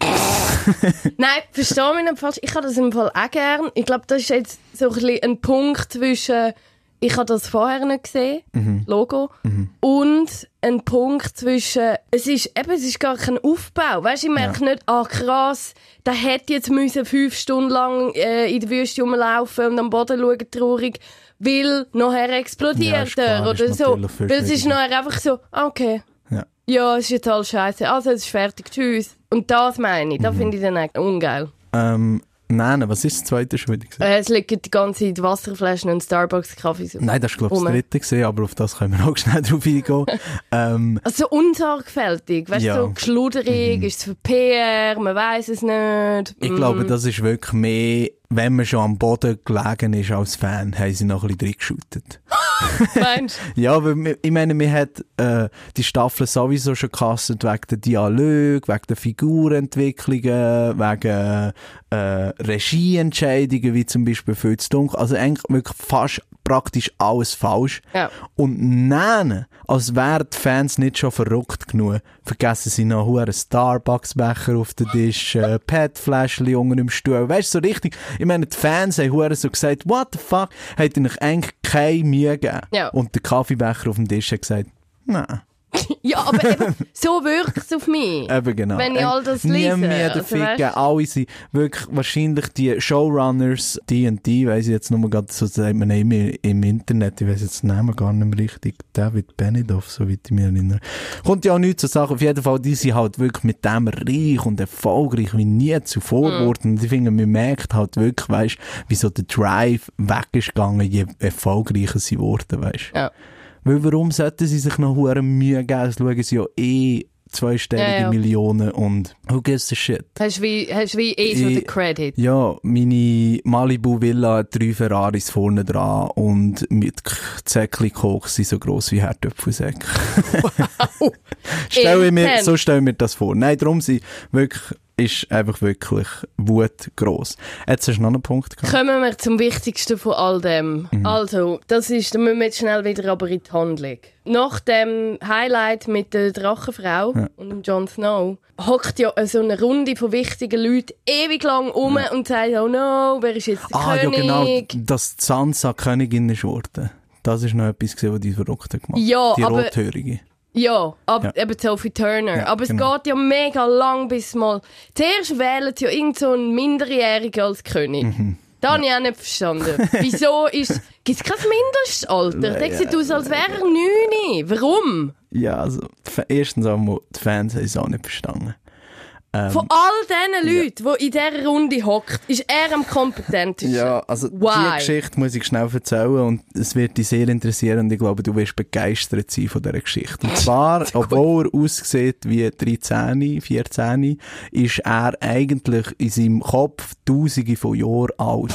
Nein, verstehe mich nicht falsch. Ich habe das im Fall auch gern. Ich glaube, das ist jetzt so ein, bisschen ein Punkt zwischen, ich habe das vorher nicht gesehen, Logo, und ein Punkt zwischen, es ist eben, es ist gar kein Aufbau. Weißt du, ich merke nicht, ah krass, der hätte jetzt müssen fünf Stunden lang äh, in der Wüste rumlaufen und am Boden schauen, traurig, weil nachher Ja, explodiert ist klar, er ist oder so. natürlich viel Weil es ist schwieriger. nachher einfach so, ah, okay. Ja. Ja, es ist jetzt alles scheiße. Also, es ist fertig. Tschüss. Und das meine ich. Das Mhm. finde ich dann echt ungeil. Ähm, nein, was ist das zweite schon wieder? Äh, es liegen die ganze Zeit Wasserflaschen und Starbucks-Kaffee so. Nein, das ist glaube ich das rum. dritte gesehen, aber auf das können wir auch schnell drauf eingehen. ähm, Also so unsorgfältig. Weißt du, Ja. so geschluderig, ist es für P R, man weiss es nicht. Ich Mm. glaube, das ist wirklich mehr wenn man schon am Boden gelegen ist als Fan, haben sie noch ein bisschen reingeschüttet. Meinst du? Ja, weil ich meine, man hat äh, die Staffel sowieso schon gecastet wegen der Dialoge, wegen der Figurentwicklungen, wegen äh, Regieentscheidungen, wie zum Beispiel «Viel zu dunkel». Also eigentlich wirklich fast praktisch alles falsch. Ja. Und nein, als wären die Fans nicht schon verrückt genug, vergessen sie noch einen Starbucks-Becher auf den Tisch, äh, Pet-Fläschchen unter dem Stuhl. Weißt du, so richtig, ich meine, die Fans haben so gesagt, what the fuck, hat ihnen eigentlich keine Mühe gegeben. Ja. Und der Kaffeebecher auf dem Tisch hat gesagt, nein. Ja, aber eben, so wirkt es auf mich. Eben genau. Wenn ich all das lese. Nie mehr also, dafür gegeben. Alle sind wirklich wahrscheinlich die Showrunners, D und D, weiss ich jetzt nur gerade, so sagt man immer im Internet, ich weiss jetzt den Namen gar nicht mehr richtig, David Benioff, so wie ich mich erinnere. Kommt ja auch nichts zur Sache. Auf jeden Fall, die sind halt wirklich mit dem reich und erfolgreich wie nie zuvor geworden. Mm. Und ich finde, man merkt halt wirklich, weißt, wie so der Drive weg ist gegangen, je erfolgreicher sie wurden, weißt. Ja. Weil warum sollten sie sich noch hure Mühe geben? Das schauen sie ja eh zweistellige ja, ja. Millionen und who gives a shit? Hast du wie, hast wie eh so den Credit? Ja, meine Malibu-Villa hat drei Ferraris vorne dran und mit Zäckchen Koks sind so gross wie Herdöpfelsäcke. Wow! stell ich mir, so stell ich mir das vor. Nein, darum sind wirklich... ist einfach wirklich Wut gross. Jetzt hast du noch einen Punkt gehabt. Kommen wir zum Wichtigsten von all dem. Mhm. Also, das ist, da müssen wir jetzt schnell wieder aber in die Handlung. Nach dem Highlight mit der Drachenfrau ja. und dem Jon Snow hockt ja so eine Runde von wichtigen Leuten ewig lang um ja. und sagt, oh no, wer ist jetzt der ah, König? Ja, genau, dass Sansa Königin ist geworden. Das ist noch etwas, was die Verrückte gemacht haben. Ja, die aber... Rothörige. Ja, aber ja. eben Sophie Turner. Ja, aber es genau. geht ja mega lang, bis mal... Zuerst wählen sie ja irgend so einen Minderjährigen als König. Mhm. Das habe ich auch nicht verstanden. Wieso ist... Gibt es kein Mindestalter? Der sieht aus, als wäre er neun. Warum? Ja, also erstens einmal, die Fans haben es auch nicht verstanden. Ähm, Von all diesen Leuten, ja. die in dieser Runde hocken, ist er am kompetentesten. Ja, also Why? diese Geschichte muss ich schnell erzählen und es wird dich sehr interessieren und ich glaube, du wirst begeistert sein von dieser Geschichte. Und zwar, obwohl er aussieht wie dreizehn, vierzehn, ist er eigentlich in seinem Kopf tausende von Jahren alt.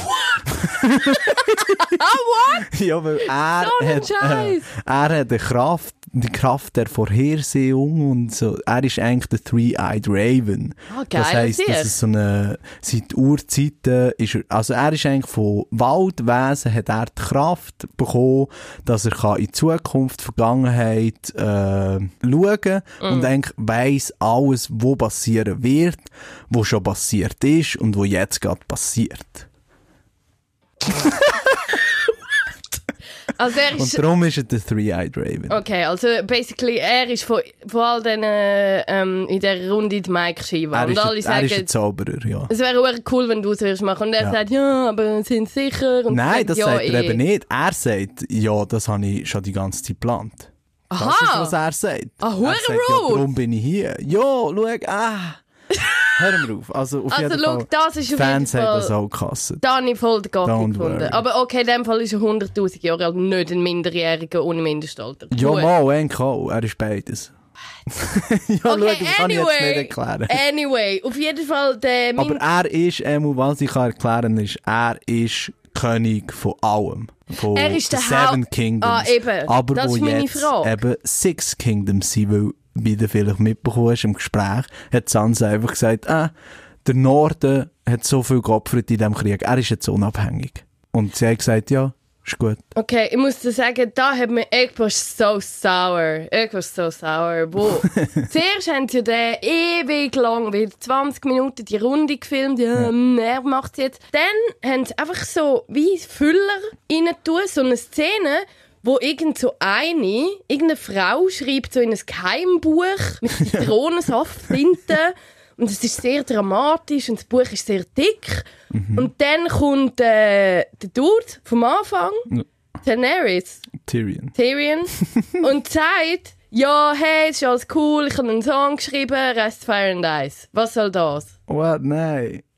Ah, what? Ja, weil er, so hat, äh, er hat eine Kraft, die Kraft der Vorhersehung und so. Er ist eigentlich der Three-Eyed Raven. Ah, geil, das heisst, das ist so eine, seit Urzeiten ist er, also er ist eigentlich von Waldwesen, hat er die Kraft bekommen, dass er kann in die Zukunft, Vergangenheit, äh, schauen mm. und eigentlich weiss alles, was passieren wird, was schon passiert ist und was jetzt gerade passiert. Also er ist und darum ist er der Three-Eyed Raven. Okay, also basically, er ist von, von all diesen ähm, in dieser Runde die Mike Shiva. Und alle der, sagen, er ist ein Zauberer, ja. Es wäre auch cool, wenn du es würdest machen. Und er ja. sagt, ja, aber sind Sie sicher? Und Nein, sagt, das ja, sagt er eh. eben nicht. Er sagt, ja, das habe ich schon die ganze Zeit geplant. Aha. Das ist, was er sagt. Ah, er hure sagt, ja, rude. darum bin ich hier. Ja, schau, ah. Hör mir auf. Also, auf also jeden look, Fall, das ist auf Fans jeden haben Fall... das auch gehasst. Da habe ich voll den Gott Don't gefunden. worry. Aber okay, in dem Fall ist er hunderttausend Jahre alt, nicht ein Minderjähriger ohne Mindestalter. Ja, Gut. mal, eigentlich auch. Er ist beides. ja, schau, Okay, das kann ich jetzt nicht anyway, erklären. anyway, auf jeden Fall der... Aber er ist, ähm, was ich kann erklären ist, er ist König von allem. Von Er ist der Seven Haupt- Kingdoms. Ah, eben. Aber Das wo ist meine jetzt Frage. eben Six Kingdoms sind, weil, wie du vielleicht mitbekommen hast im Gespräch, hat Sansa einfach gesagt, ah, der Norden hat so viel geopfert in diesem Krieg, er ist jetzt unabhängig. Und sie hat gesagt, ja, ist gut. Okay, ich muss dir sagen, da hat mir irgendwas so sauer. Irgendwas so sauer. Wo? Zuerst haben sie den ewig lang, wieder zwanzig Minuten die Runde gefilmt. Ja, ja. Er macht es jetzt. Dann haben sie einfach so wie Füller rein tun, so eine Szene, wo irgend so eine, irgendeine Frau schreibt so in ein Geheimbuch mit Zitronensaft hinten. Und es ist sehr dramatisch und das Buch ist sehr dick. Mhm. Und dann kommt äh, der Dude vom Anfang, ja. Daenerys, Tyrion, Tyrion und sagt, ja, hey, es ist alles cool, ich habe einen Song geschrieben, Rest Fire and Ice. Was soll das? What? Nein.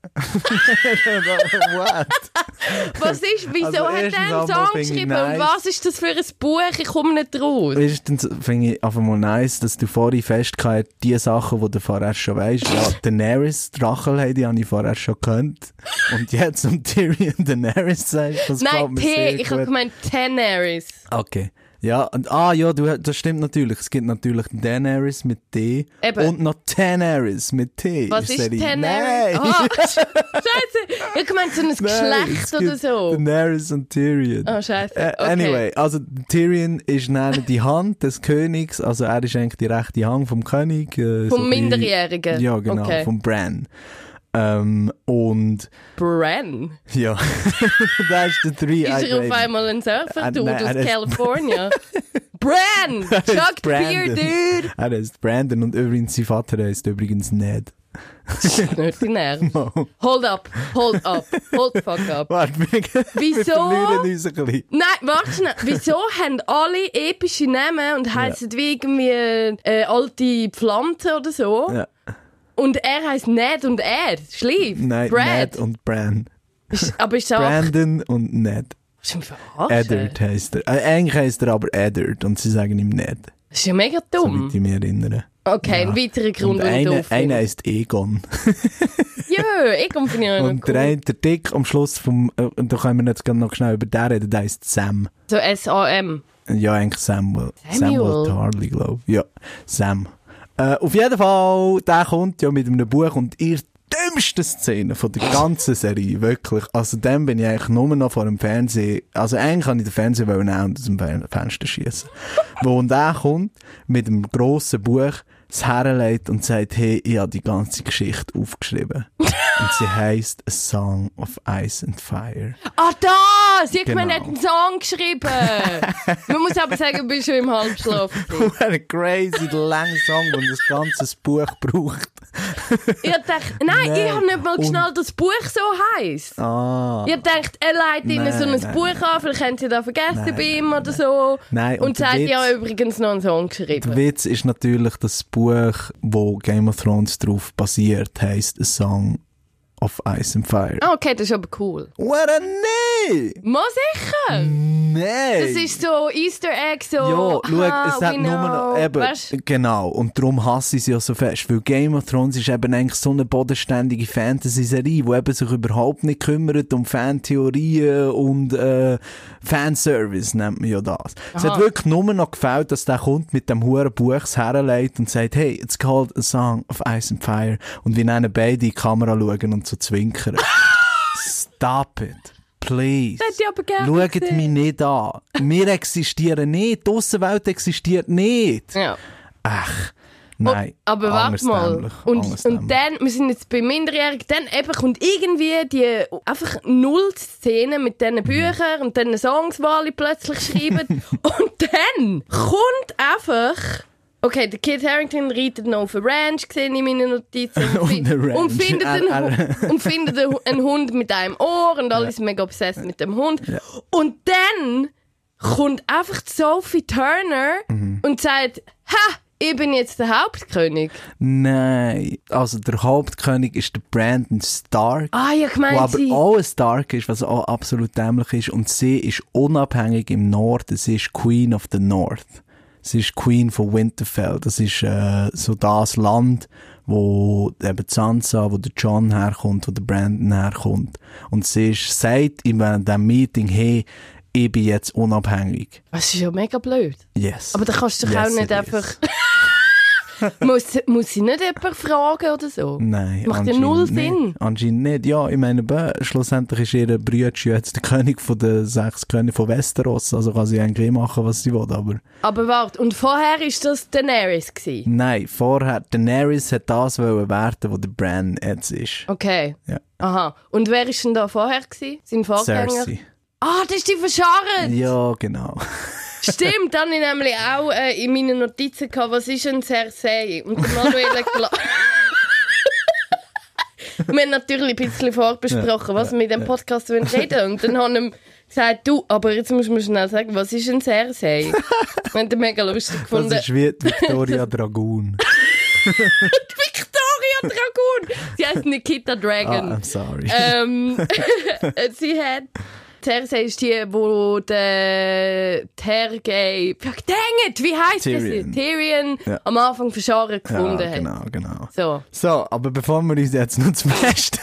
What? Was ist, wieso Also hat erstens er einen einmal Song finde ich geschrieben? nice. Und was ist das für ein Buch? Ich komme nicht raus. Erstens finde ich einfach mal nice, dass du vorhin festgehalten hast, die Sachen, die du vorher schon weißt. Ja, Daenerys, Drachenlady, die habe ich vorher schon gekannt. Und jetzt um Tyrion Daenerys sagst, das gefällt Nein, mir T. sehr Ich habe gut. gemeint Daenerys. Okay. Ja, und, ah ja, du, das stimmt natürlich. Es gibt natürlich Daenerys mit D Eben. und noch Daenerys mit T. Was ist Serie. Daenerys? Nein! Ah, Scheiße. Ich habe gemeint so ein Nein, Geschlecht es oder gibt so. Daenerys und Tyrion. Oh, Scheiße. Äh, Okay. Anyway, also Tyrion ist dann die Hand des Königs, also er ist eigentlich die rechte Hand vom König. Äh, Vom so ein bisschen- Minderjährigen? Ja, genau, Okay. vom Bran. Ähm, und Bran. ja, das ist der Three Ist er auf einmal ein Äh, Surfer-Dude nein, aus er ist- California? Bran! Chuck Beer, dude! Er heißt Brandon und übrigens sein Vater heißt übrigens Ned. Nicht die Nerven. Hold up, hold up, hold the fuck up. Warte, wir, Wieso? wir verlieren uns ein bisschen. Nein, warte schnell. Wieso haben alle epische Namen und heissen wie irgendwie äh, alte Pflanzen oder so? Ja. Und er heisst Ned und Ed. Schlief. Nein, Brad. Ned und Bran. Ist, aber ist auch... Brandon und Ned. Was ist denn verarschen? Eddard heisst er. Äh, eigentlich heisst er aber Eddard und sie sagen ihm Ned. Das ist ja mega dumm. Soweit ich mich erinnere. Okay, Ja. ein weiterer Grund, Und warum ich einer, doof einer bin. heisst Egon. Ja, ich komme von ihr noch Und der, cool. eine, der Dick am Schluss vom, äh, und da können wir jetzt gerade noch schnell über den reden, der heisst Sam. So S A M. Ja, eigentlich Samuel. Samuel. Samuel Tarly, glaube ich. Ja, Sam. Äh, auf jeden Fall, der kommt ja mit einem Buch und ihr dümmste Szene von der ganzen Serie, wirklich. Also dann bin ich eigentlich nur noch vor dem Fernsehen, also eigentlich kann ich den Fernseher nehmen und aus dem Fen- Fenster schießen. Wo und er kommt mit einem grossen Buch, es herlegt und sagt, hey, ich habe die ganze Geschichte aufgeschrieben. Und sie heisst A Song of Ice and Fire. Ah, da! Sie hat Genau. mir nicht einen Song geschrieben. Man muss aber sagen, du bist schon im Halbschlaf. gewesen. Ein crazy langer Song, der das ganze Buch braucht. Ich hab gedacht, nein, Nein. ich habe nicht mal Und- geschnallt, dass das Buch so heisst. Ah. Ich hab gedacht, er leitet ihnen so ein Nein, nein, Buch an, vielleicht haben sie das vergessen Nein, bei ihm nein, oder so. Nein, und und der sagt, Witz- ja, übrigens noch einen Song geschrieben. Der Witz ist natürlich, dass das Buch, wo Game of Thrones drauf basiert, heisst A Song of Ice and Fire. Ah, okay, das ist aber cool. What a nee! Mal sicher! Nein! Das ist so Easter Egg, so. Ja, schau, aha, es hat we nur noch, know. eben, Weißt, genau, und darum hasse ich sie ja so fest, weil Game of Thrones ist eben eigentlich so eine bodenständige Fantasy-Serie, die eben sich überhaupt nicht kümmert um Fantheorien und äh, Fanservice, nennt man ja das. Es hat wirklich nur noch gefällt, dass der kommt mit dem huren Buch herlegt und sagt, hey, it's called A Song of Ice and Fire, und wir nennen beide in die Kamera schauen und so zwinkern. Stop it. Please. Das hätte ich aber gerne Schaut gesehen. mich nicht an. Wir existieren nicht. Die Aussenwelt existiert nicht. ja. Ach, nein. Oh, aber warte mal. Andersdämlich, Und, andersdämlich. und dann, wir sind jetzt bei Minderjährigen, dann eben kommt irgendwie die einfach null Szene mit diesen Büchern und diesen Songs, die alle plötzlich schreiben. Und dann kommt einfach... Okay, der Kit Harington reitet noch auf eine Ranch, gesehen in meinen Notizen. Und, Auf fi- eine Ranch. und findet, einen, Er- er- Hu- und findet einen, Hu- einen Hund mit einem Ohr und alle sind mega obsessed mit dem Hund. Und dann kommt einfach Sophie Turner Mhm. und sagt, ha, ich bin jetzt der Hauptkönig. Nein. Also der Hauptkönig ist der Brandon Stark. Ah, ja, Wo gemeint aber sie. auch ein Stark ist, was auch absolut dämlich ist. Und sie ist unabhängig im Norden. Sie ist Queen of the North. Sie ist Queen von Winterfell. Das ist äh, so das Land, wo eben Sansa, wo der John herkommt, wo der Brandon herkommt. Und sie ist, sagt in diesem Meeting, hey, ich bin jetzt unabhängig. Das ist ja mega blöd. Yes. Aber da kannst du doch Yes, auch nicht it is. einfach... muss, muss sie nicht jemanden fragen oder so? Nein, Macht ja anscheinend null nicht. Sinn. Anscheinend nicht. Ja, ich meine, bäh, schlussendlich ist ihr Bruder jetzt der König von den sechs Königen von Westeros. Also kann sie eigentlich machen, was sie will, aber... Aber warte, und vorher war das Daenerys gewesen? Nein, vorher, Daenerys hat das wollen werden, was der Bran jetzt ist. Okay. Ja. Aha. Und wer war denn da vorher gewesen? Sein Vorgänger? Cersei. Ah, das ist die verscharrt! Ja, genau. Stimmt, dann habe ich nämlich auch äh, in meinen Notizen gehabt, was ist ein Cersei? Und der Manuel hat gelacht. Wir haben natürlich ein bisschen vorbesprochen, was wir in diesem Podcast reden wollen. Und dann haben wir gesagt, du, aber jetzt musst du mir schnell sagen, was ist ein Cersei? Wir haben das mega lustig gefunden. Das ist wie die Victoria Dragoon. Victoria Dragon. Sie heißt Nikita Dragon. Ah, I'm sorry. Ähm, sie hat... Cersei ist die, wo der Tergay... Fuck, dang it, wie heisst Tyrion. das? Tyrion Ja. am Anfang von Scharen gefunden ja, hat. genau, genau. So. So, aber bevor wir uns jetzt noch zum Besten...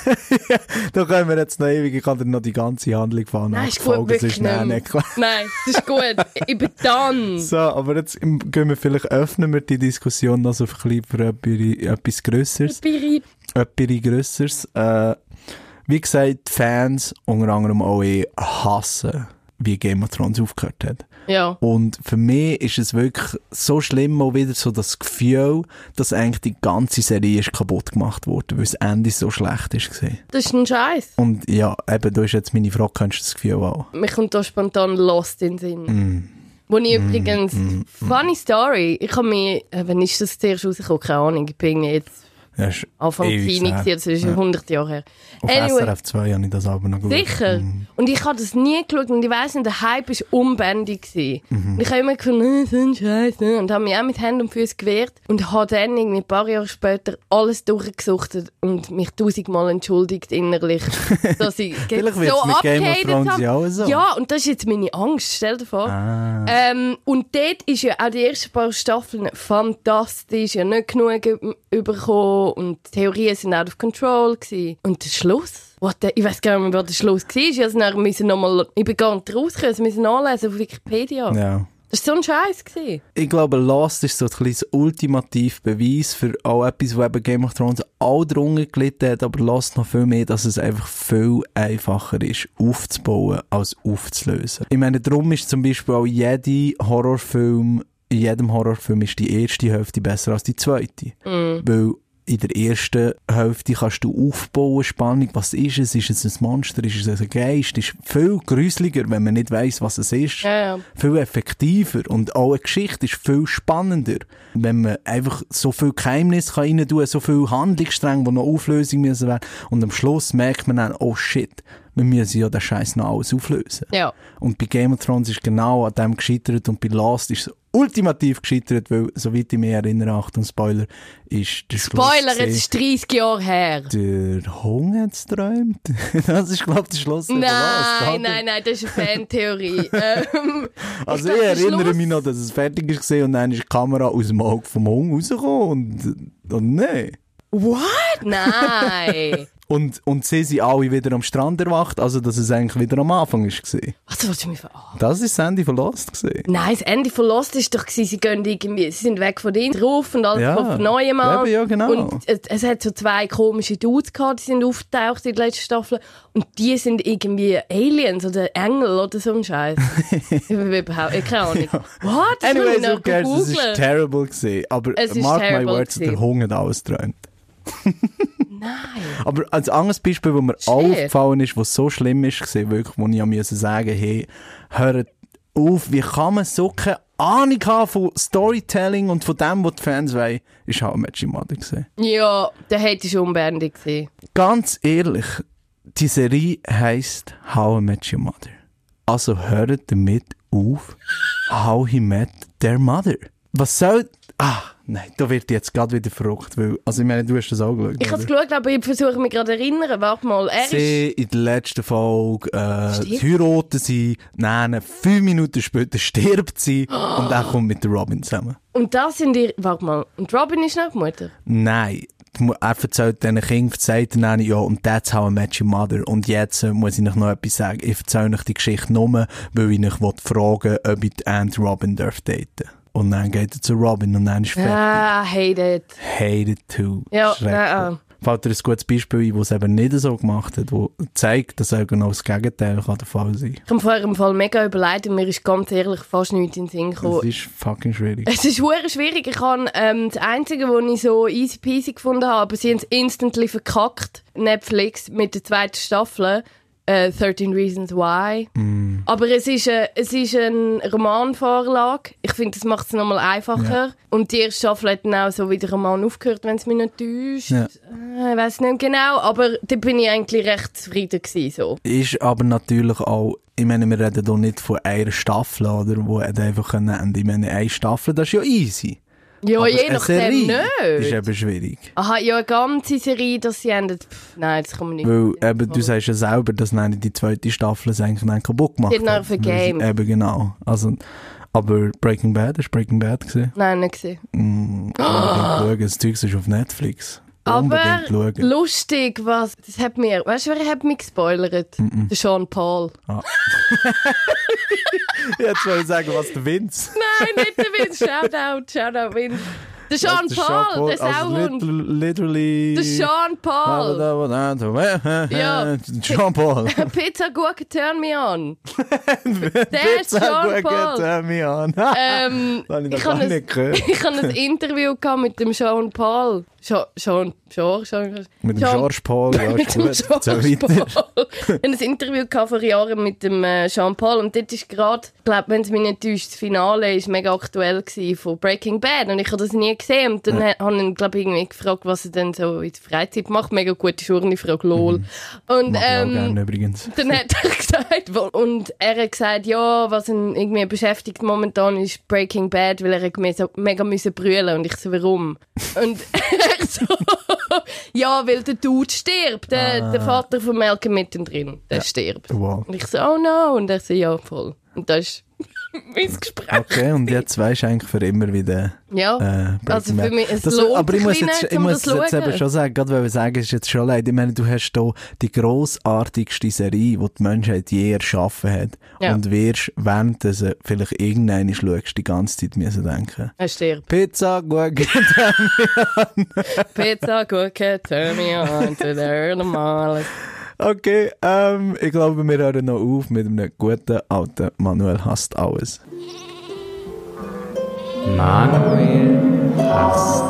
da können wir jetzt noch ewig... Ich kann dir noch die ganze Handlung fahren. Nein, ist gut, wirklich nicht mehr. Nicht klar. Nein, das ist gut. Ich bin done. So, aber jetzt gehen wir vielleicht, öffnen wir die Diskussion noch so ein bisschen für etwas, etwas Grösseres. Biri. Etwas Grösseres. Äh, wie gesagt, die Fans, unter anderem auch ich, hassen, wie Game of Thrones aufgehört hat. Ja. Und für mich ist es wirklich so schlimm, mal wieder so das Gefühl, dass eigentlich die ganze Serie ist kaputt gemacht wurde, weil das Ende so schlecht ist. Das ist ein Scheiß. Und ja, eben, du hast jetzt meine Frage, kennst du das Gefühl auch? Mir kommt da spontan Lost in den Sinn. Mm. Wo ich mm, übrigens, mm, funny Story, ich habe mich, äh, wann ist das zuerst rausgekommen? Keine Ahnung, ich bin jetzt Ja, ist Anfang ewig Teenie, her. das ist Ja. hundert Jahre her. Auf Anyway, S R F zwei habe ich das aber noch geschaut. sicher. Mm. Und ich habe das nie geschaut und ich weiss nicht, der Hype war unbändig gewesen. Mhm. Und ich habe immer gefunden, äh, so ein Scheiß, ne? Und habe mich auch mit Händen und Füßen gewehrt und habe dann irgendwie ein paar Jahre später alles durchgesuchtet und mich tausendmal entschuldigt innerlich, dass ich Vielleicht so wird es mit Game of abgehatet Thrones habe. ja auch so. Ja, und das ist jetzt meine Angst, stell dir vor. Ah. Ähm, und dort ist ja auch die ersten paar Staffeln fantastisch, ja nicht genug überkommen und die Theorien sind out of control gewesen. Und der Schluss? What the, ich weiss gar nicht mehr, was der Schluss war. Ich, also nachher müssen noch mal, ich bin gar nicht rausgekommen, ich musste nachlesen auf Wikipedia. Ja. Das war so ein Scheiß gewesen. Ich glaube, Lost ist so ein bisschen das ultimative Beweis für auch etwas, wo eben Game of Thrones auch drunter gelitten hat, aber Lost noch viel mehr, dass es einfach viel einfacher ist, aufzubauen, als aufzulösen. Ich meine, darum ist zum Beispiel auch jeder Horrorfilm, in jedem Horrorfilm ist die erste Hälfte besser als die zweite. Mm. Weil in der ersten Hälfte kannst du aufbauen, Spannung, was ist es? Ist es ein Monster? Ist es ein Geist? Ist viel gruseliger, wenn man nicht weiss, was es ist. Ja, ja. Viel effektiver und auch eine Geschichte ist viel spannender, wenn man einfach so viel Geheimnis rein tun kann, so viel Handlungsstränge, die noch Auflösung müssen werden. Und am Schluss merkt man dann, oh shit, wir müssen ja den Scheiß noch alles auflösen. Ja. Und bei Game of Thrones ist genau an dem gescheitert und bei Lost ist es ultimativ gescheitert, weil, soweit ich mich erinnere, Achtung, Spoiler, ist der Schluss Spoiler, gewesen, jetzt ist dreißig Jahre her. der Hund hat's geträumt. Das ist, glaube ich, der Schluss. Nein, Lost, oder? nein, nein, das ist eine Fantheorie. ähm, Also glaub, ich der erinnere Schluss- mich noch, dass es fertig ist gesehen und dann ist die Kamera aus dem Auge vom Hund rausgekommen und, und nein. What? Nein. Und, und sie sind alle wieder am Strand erwacht, also dass es eigentlich wieder am Anfang ist gesehen. Was willst du mich verarschen? Das ist das Ende von Lost gesehen. Nein, das Ende von Lost ist doch gewesen, sie gehen irgendwie, sie sind weg von denen drauf und alles Ja. von neuem an. Eben, ja, genau. Und es, es hat so zwei komische Dudes gehabt, die sind aufgetaucht in der letzten Staffel und die sind irgendwie Aliens oder Engel oder so ein Scheiß. Ich habe überhaupt keine Ahnung. What? Das muss Anyway, ich so noch cares, es ist googlen. terrible gesehen, aber Es ist mark my terrible words, der gewesen. Hund hat alles geträumt. Nein. Aber als anderes Beispiel, wo mir Shit. auch aufgefallen ist, was so schlimm ist, gesehen, wirklich, wo ich ja müssen sagen, hey, hört auf, wie kann man so keine Ahnung haben von Storytelling und von dem, was die Fans wollen, ist How I Met Your Mother gesehen. Ja, der hätte ich unbändig gewesen. Ganz ehrlich, die Serie heisst How I Met Your Mother. Also hört damit auf, How He Met Their Mother. Was soll... Ah, nein, da wird jetzt gerade wieder verrückt, weil... Also ich meine, du hast das auch geschaut, Ich habe es oder? geschaut, aber ich versuche mich gerade zu erinnern. Warte mal, er ist... Sie in der letzten Folge äh, Stirbt? heiraten sie, nein, fünf Minuten später stirbt sie und dann kommt mit der Robin zusammen. Und das sind die... Warte mal, und Robin ist noch die Mutter? Nein, die Mu- er erzählt diesen Kindern, sagt dann, ja, und that's how I met your mother. Und jetzt äh, muss ich euch noch etwas sagen. Ich erzähle euch die Geschichte nur, weil ich euch fragen will, ob ich die Aunt Robin darf daten. Und dann geht er zu Robin und dann ist fertig. Ah, hate it. Hate it too. Ja, Schrecklich. nein. Fällt dir ein gutes Beispiel ein, das es eben nicht so gemacht hat, das zeigt, dass genau das Gegenteil kann der Fall sein Ich habe vorher im Fall mega überlegt und mir ist ganz ehrlich fast nichts in den Sinn kann. gekommen. Das ist fucking schwierig. Es ist sehr schwierig. Ich habe ähm, das Einzige, was ich so easy peasy gefunden habe, aber sie haben es instantly verkackt, Netflix, mit der zweiten Staffel, äh, thirteen Reasons Why. Mm. Aber es ist, äh, es ist eine Romanvorlage. Ich finde, das macht es nochmal einfacher. Ja. Und die erste Staffel hat dann auch so wie der Roman aufgehört, wenn es mich nicht täuscht. Ja. Äh, ich weiss nicht genau, aber da bin ich eigentlich recht zufrieden gewesen, so. Ist aber natürlich auch, ich meine, wir reden hier nicht von einer Staffel, oder, wo hat einfach ein Ende. Ich meine, eine Staffel, das ist ja easy. Ja, Aber je eine nachdem Serie nicht. ist eben schwierig. Aha, ja, eine ganze Serie, dass sie endet. Pff, nein, das kann man nicht. Weil eben, du sagst ja selber, dass dann die zweite Staffel es eigentlich dann kaputt gemacht Die hat hat. noch vergamed. Eben, genau. Also, aber Breaking Bad, hast du Breaking Bad gesehen? Nein, nicht gesehen. Mm, unbedingt schauen. Das Zeug ist auf Netflix. Unbedingt Aber schauen. lustig, was. Das hat mir. Weißt du, wer hat mich gespoilert? Mm -mm. Der Sean Paul. Ah. Jetzt wollte ich sagen, was der Vince. Nein, nicht der Vince. Shoutout, Shoutout, Vince. Der Sean Der Paul, der also Sauhund. lit- literally. Der Sean Paul. Ja. Sean Paul. Pizza Gurke, turn me on. Der ist Sean Paul. Turn me on. Ähm, Das habe ich ich noch habe gar ein, nicht gehört. ich habe ein Interview gehabt mit dem Sean Paul. Sean, Sean, Sean, Sean, Mit dem Sean- George Paul, ja, mit ist dem gut. So George weiter. Paul. Ich habe ein Interview gehabt vor Jahren mit dem äh, Sean Paul und dort ist gerade, ich glaube, wenn es mich nicht täuscht, das Finale ist mega aktuell gewesen von Breaking Bad und ich habe das nie gesehen und dann ja. habe ich ihn, glaube ich, irgendwie gefragt, was er denn so in der Freizeit macht. Mega gute Journey-Frage, lol. Mhm. Und Mag ich auch ähm, gerne übrigens. dann hat er gesagt, wo- und er hat gesagt, ja, was ihn irgendwie beschäftigt momentan ist Breaking Bad, weil er hat me- so mega müssen brüllen und ich so, warum? Und er so, ja, weil der Dude stirbt, der, Ah. der Vater von Malcolm mittendrin, der Ja. stirbt. Wow. Und ich so, oh no, und er so, ja, voll. Und das ist mein Gespräch. Okay, und jetzt weisst du eigentlich für immer wieder. Ja, Äh, also für mich, es das, lohnt aber ich sich muss ein jetzt, bisschen ich nicht, um muss das jetzt zu eben schauen. schon sagen, gerade weil ich sagen, es ist jetzt schon leid. Ich meine, du hast hier die grossartigste Serie, die die Menschheit je erschaffen hat. Ja. Und wirst, während du sie vielleicht irgendwann schaust, die ganze Zeit müssen denken. Er stirbt. Pizza, gut, Pizza, Gurke, turn me on to the normales. Okay, ähm, ich glaube, wir hören noch auf mit einem guten alten Manuel hasst alles. Manuel hasst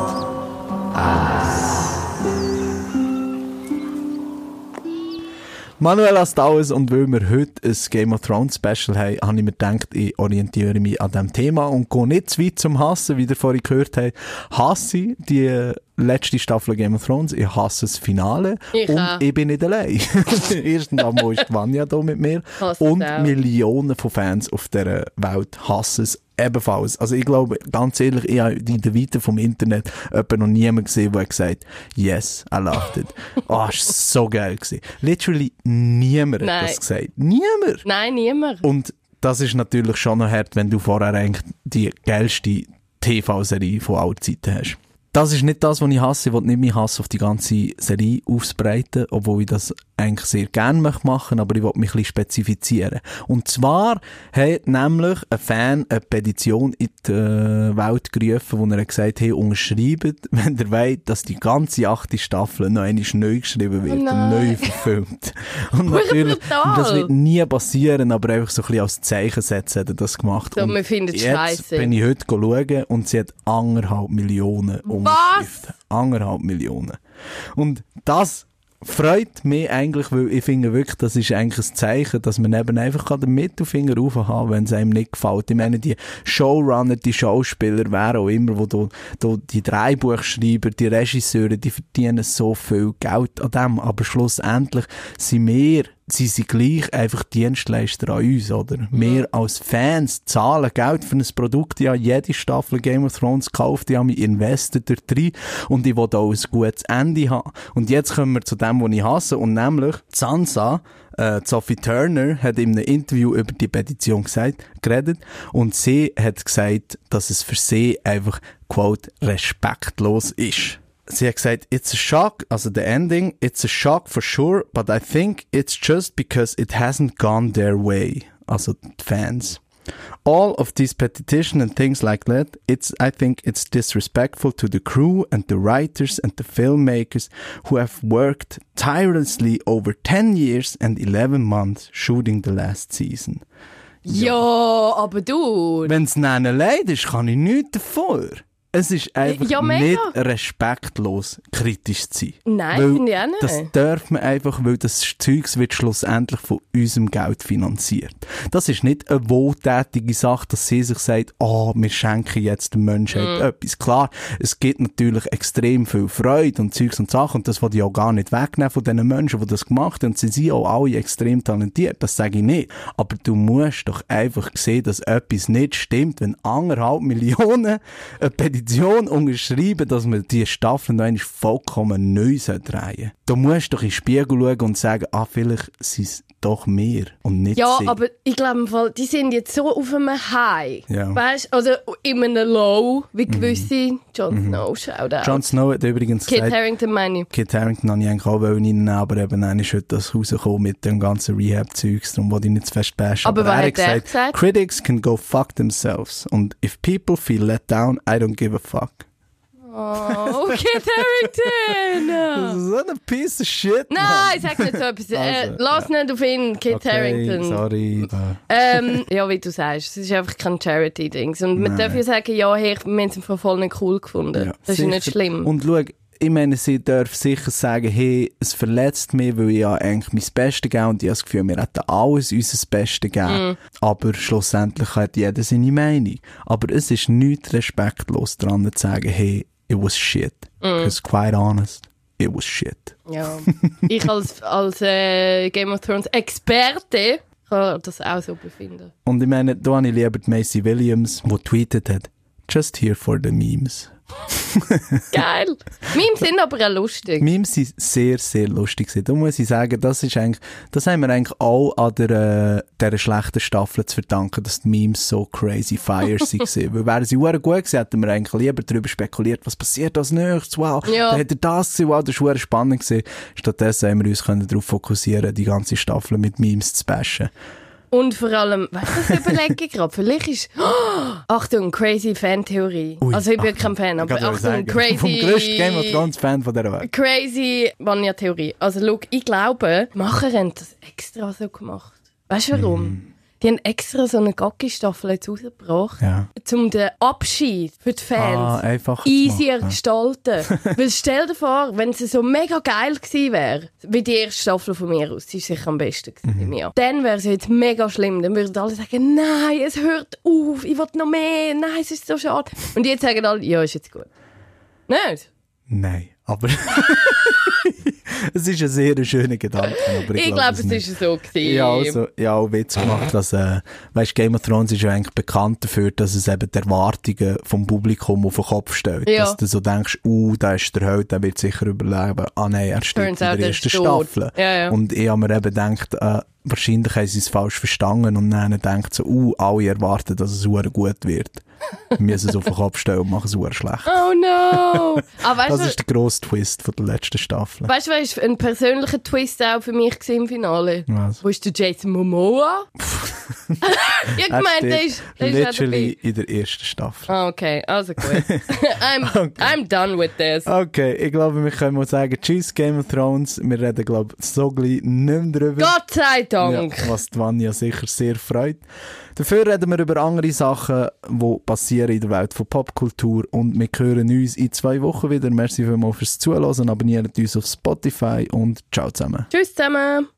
Manuel hasst alles, und weil wir heute ein Game of Thrones Special haben, habe ich mir gedacht, ich orientiere mich an diesem Thema und gehe nicht zu weit zum Hassen, wie ihr vorhin gehört habt. Hasse ich die letzte Staffel Game of Thrones, ich hasse das Finale Ich und auch. ich bin nicht allein. Erstens einmal ist Vanya hier mit mir Hasse und es auch. Millionen von Fans auf dieser Welt hassen es ebenfalls. Also ich glaube, ganz ehrlich, ich habe in der Weite vom Internet etwa noch niemanden gesehen, der gesagt hat, yes, I loved it. Oh, es war so geil gewesen. Literally niemand Nein. hat das gesagt. Niemand. Nein, niemand. Und das ist natürlich schon noch hart, wenn du vorher eigentlich die geilste T V-Serie von aller Zeiten hast. Das ist nicht das, was ich hasse. Ich will nicht meinen Hass auf die ganze Serie ausbreiten, obwohl ich das eigentlich sehr gerne machen möchte, aber ich will mich ein bisschen spezifizieren. Und zwar hat nämlich ein Fan eine Petition in die äh, Welt gerufen, wo er gesagt hat, hey, unterschreibt, wenn ihr wollt, dass die ganze achte Staffel noch einmal neu geschrieben wird Oh und nein. neu verfilmt. Und Hure natürlich, brutal. das wird nie passieren, aber einfach so ein bisschen als Zeichen setzen hat er das gemacht. So, Und wir finden es jetzt scheisse. bin ich heute schauen und sie hat anderthalb Millionen Unterschriften. Anderthalb Millionen. Und das freut mich eigentlich, weil ich finde wirklich, das ist eigentlich ein Zeichen, dass man eben einfach den Mittelfinger raufhaben kann, wenn es einem nicht gefällt. Ich meine, die Showrunner, die Schauspieler, wer auch immer, wo du, du, die Drehbuchschreiber, die Regisseure, die verdienen so viel Geld an dem, aber schlussendlich sind wir, sie sind gleich einfach Dienstleister an uns, oder? Wir als Fans zahlen Geld für ein Produkt. Ich habe jede Staffel Game of Thrones gekauft, ich habe mich investiert dort rein und ich will auch ein gutes Ende haben. Und jetzt kommen wir zu dem, was ich hasse, und nämlich Sansa, äh, Sophie Turner, hat in einem Interview über die Petition gesagt, geredet, und sie hat gesagt, dass es für sie einfach, quote, respektlos ist. Sie hat gesagt, it's a shock, also the ending, it's a shock for sure, but I think it's just because it hasn't gone their way. Also die Fans. All of these petition and things like that, it's, I think it's disrespectful to the crew and the writers and the filmmakers who have worked tirelessly over ten years and eleven months shooting the last season. Ja, aber du. Wenn es ihnen leid ist, kann ich nichts davor. Es ist einfach Ja, mega. nicht respektlos, kritisch zu sein. Nein, Weil finde ich auch nicht. Das darf man einfach, weil das Zeugs wird schlussendlich von unserem Geld finanziert. Das ist nicht eine wohltätige Sache, dass sie sich sagt, oh, wir schenken jetzt der Menschheit Mhm. etwas. Klar, es gibt natürlich extrem viel Freude und Zeugs und Sachen, und das will ich auch gar nicht wegnehmen von den Menschen, die das gemacht haben. Und sie sind auch alle extrem talentiert, das sage ich nicht. Aber du musst doch einfach sehen, dass etwas nicht stimmt, wenn anderthalb Millionen eine Petition Petition unterschreiben, dass man die Staffel noch einmal vollkommen neu drehen sollte. Du musst doch in den Spiegel schauen und sagen, ah, vielleicht sind es doch mehr und nicht Ja, sie. aber ich glaube, die sind jetzt so auf einem High. Ja. Weißt du, also in einem Low, wie gewisse mhm. Jon Snow schaut auch. Jon Snow hat übrigens Kit gesagt... Harington meine ich. Kit Harington habe ich eigentlich auch reinnehmen, aber eben dann ist heute das rausgekommen mit dem ganzen Rehab-Zeugs, darum wollte ich nicht zu fest bashen. Aber, aber was er hat er gesagt? Critics can go fuck themselves und if people feel let down, I don't give a fuck. Oh, Kit Harington! Das ist so ein piece of shit. Nein, ich sag nicht so etwas. Also, äh, lass ja. nicht auf ihn, Kit okay, Harington. sorry. Ähm, ja, wie du sagst, es ist einfach kein Charity-Ding. Und man darf ja sagen, ja, hey, wir haben es voll nicht cool gefunden. Ja, das sicher. ist nicht schlimm. Und schau, ich meine, sie dürfen sicher sagen, hey, es verletzt mich, weil ich ja eigentlich mein Bestes gegeben und ich habe das Gefühl, wir hätten alles unser Bestes gegeben. Mm. Aber schlussendlich hat jeder seine Meinung. Aber es ist nichts respektlos daran zu sagen, hey, it was shit. Mm. Because quite honest, it was shit. Ja. Ich als, als äh, Game of Thrones Experte kann das auch so befinden. Und ich meine, da habe ich lieber die Macy Williams, die tweetet hat, just here for the memes. Geil. Memes sind aber auch lustig. Memes sind sehr, sehr lustig. Da muss ich sagen, das ist eigentlich, das haben wir eigentlich auch an der, äh, dieser schlechten Staffel zu verdanken, dass die Memes so crazy fire waren. Weil wären sie sehr gut gewesen, hätten wir eigentlich lieber darüber spekuliert, was passiert als nächstes. Wow, ja. da hat er das gesehen, wow, das war sehr spannend gewesen. Stattdessen haben wir uns können darauf fokussieren, die ganze Staffel mit Memes zu bashen. Und vor allem, weißt du, das überlege ich gerade, vielleicht ist, oh, Achtung, crazy Fan-Theorie. Ui, also ich bin Achtung, kein Fan, aber ich Achtung, sagen, crazy... Vom grössten Game of Thrones Fan von dieser Welt. Crazy Vanya-Theorie. Also schau, ich glaube, die Macher haben das extra so gemacht. Weißt du warum? Mm. Die haben extra so eine Gocki-Staffel jetzt rausgebracht, ja. um den Abschied für die Fans ah, easier zu gestalten. Weil stell dir vor, wenn sie so mega geil gewesen wäre, wie die erste Staffel von mir aus, die ist sicher am besten gewesen, mhm. dann wäre sie jetzt mega schlimm. Dann würden alle sagen, nein, es hört auf, ich will noch mehr, nein, es ist so schade. Und jetzt sagen alle, ja, ist jetzt gut. Nicht? Nein, aber... Es ist ein sehr schöner Gedanke. Aber ich ich glaube, glaub, es war so gewesen. Ja, also, ja, auch Witz gemacht, dass, äh, weißt, Game of Thrones ist ja eigentlich bekannt dafür, dass es eben die Erwartungen vom Publikum auf den Kopf stellt. Ja. Dass du so denkst, uh, da ist der Held, der wird sicher überleben. Ah nein, er stirbt in der ersten Staffel. Ja, ja. Und ich habe mir eben gedacht, äh, wahrscheinlich haben sie es falsch verstanden und dann denkt so, uh, alle erwarten, dass es super gut wird. Wir müssen es auf den Kopf stellen und machen es super schlecht. Oh no! Ah, weißt das du, ist der grosse Twist von der letzten Staffel. Weißt du, was war ein persönlicher Twist auch für mich im Finale? Was? Wo ist der Jason Momoa? Ich gemeint, der ist, der ist literally in der ersten Staffel. Ah, okay, also gut. I'm, okay. I'm done with this. Okay, ich glaube, wir können mal sagen, tschüss Game of Thrones. Wir reden, glaube ich, so gleich nicht mehr drüber. Gott sei Dank! Ja, was die Vanya sicher sehr freut. Dafür reden wir über andere Sachen, die passieren in der Welt von Popkultur und wir hören uns in zwei Wochen wieder. Merci vielmals fürs Zuhören, abonniert uns auf Spotify und ciao zusammen. Tschüss zusammen!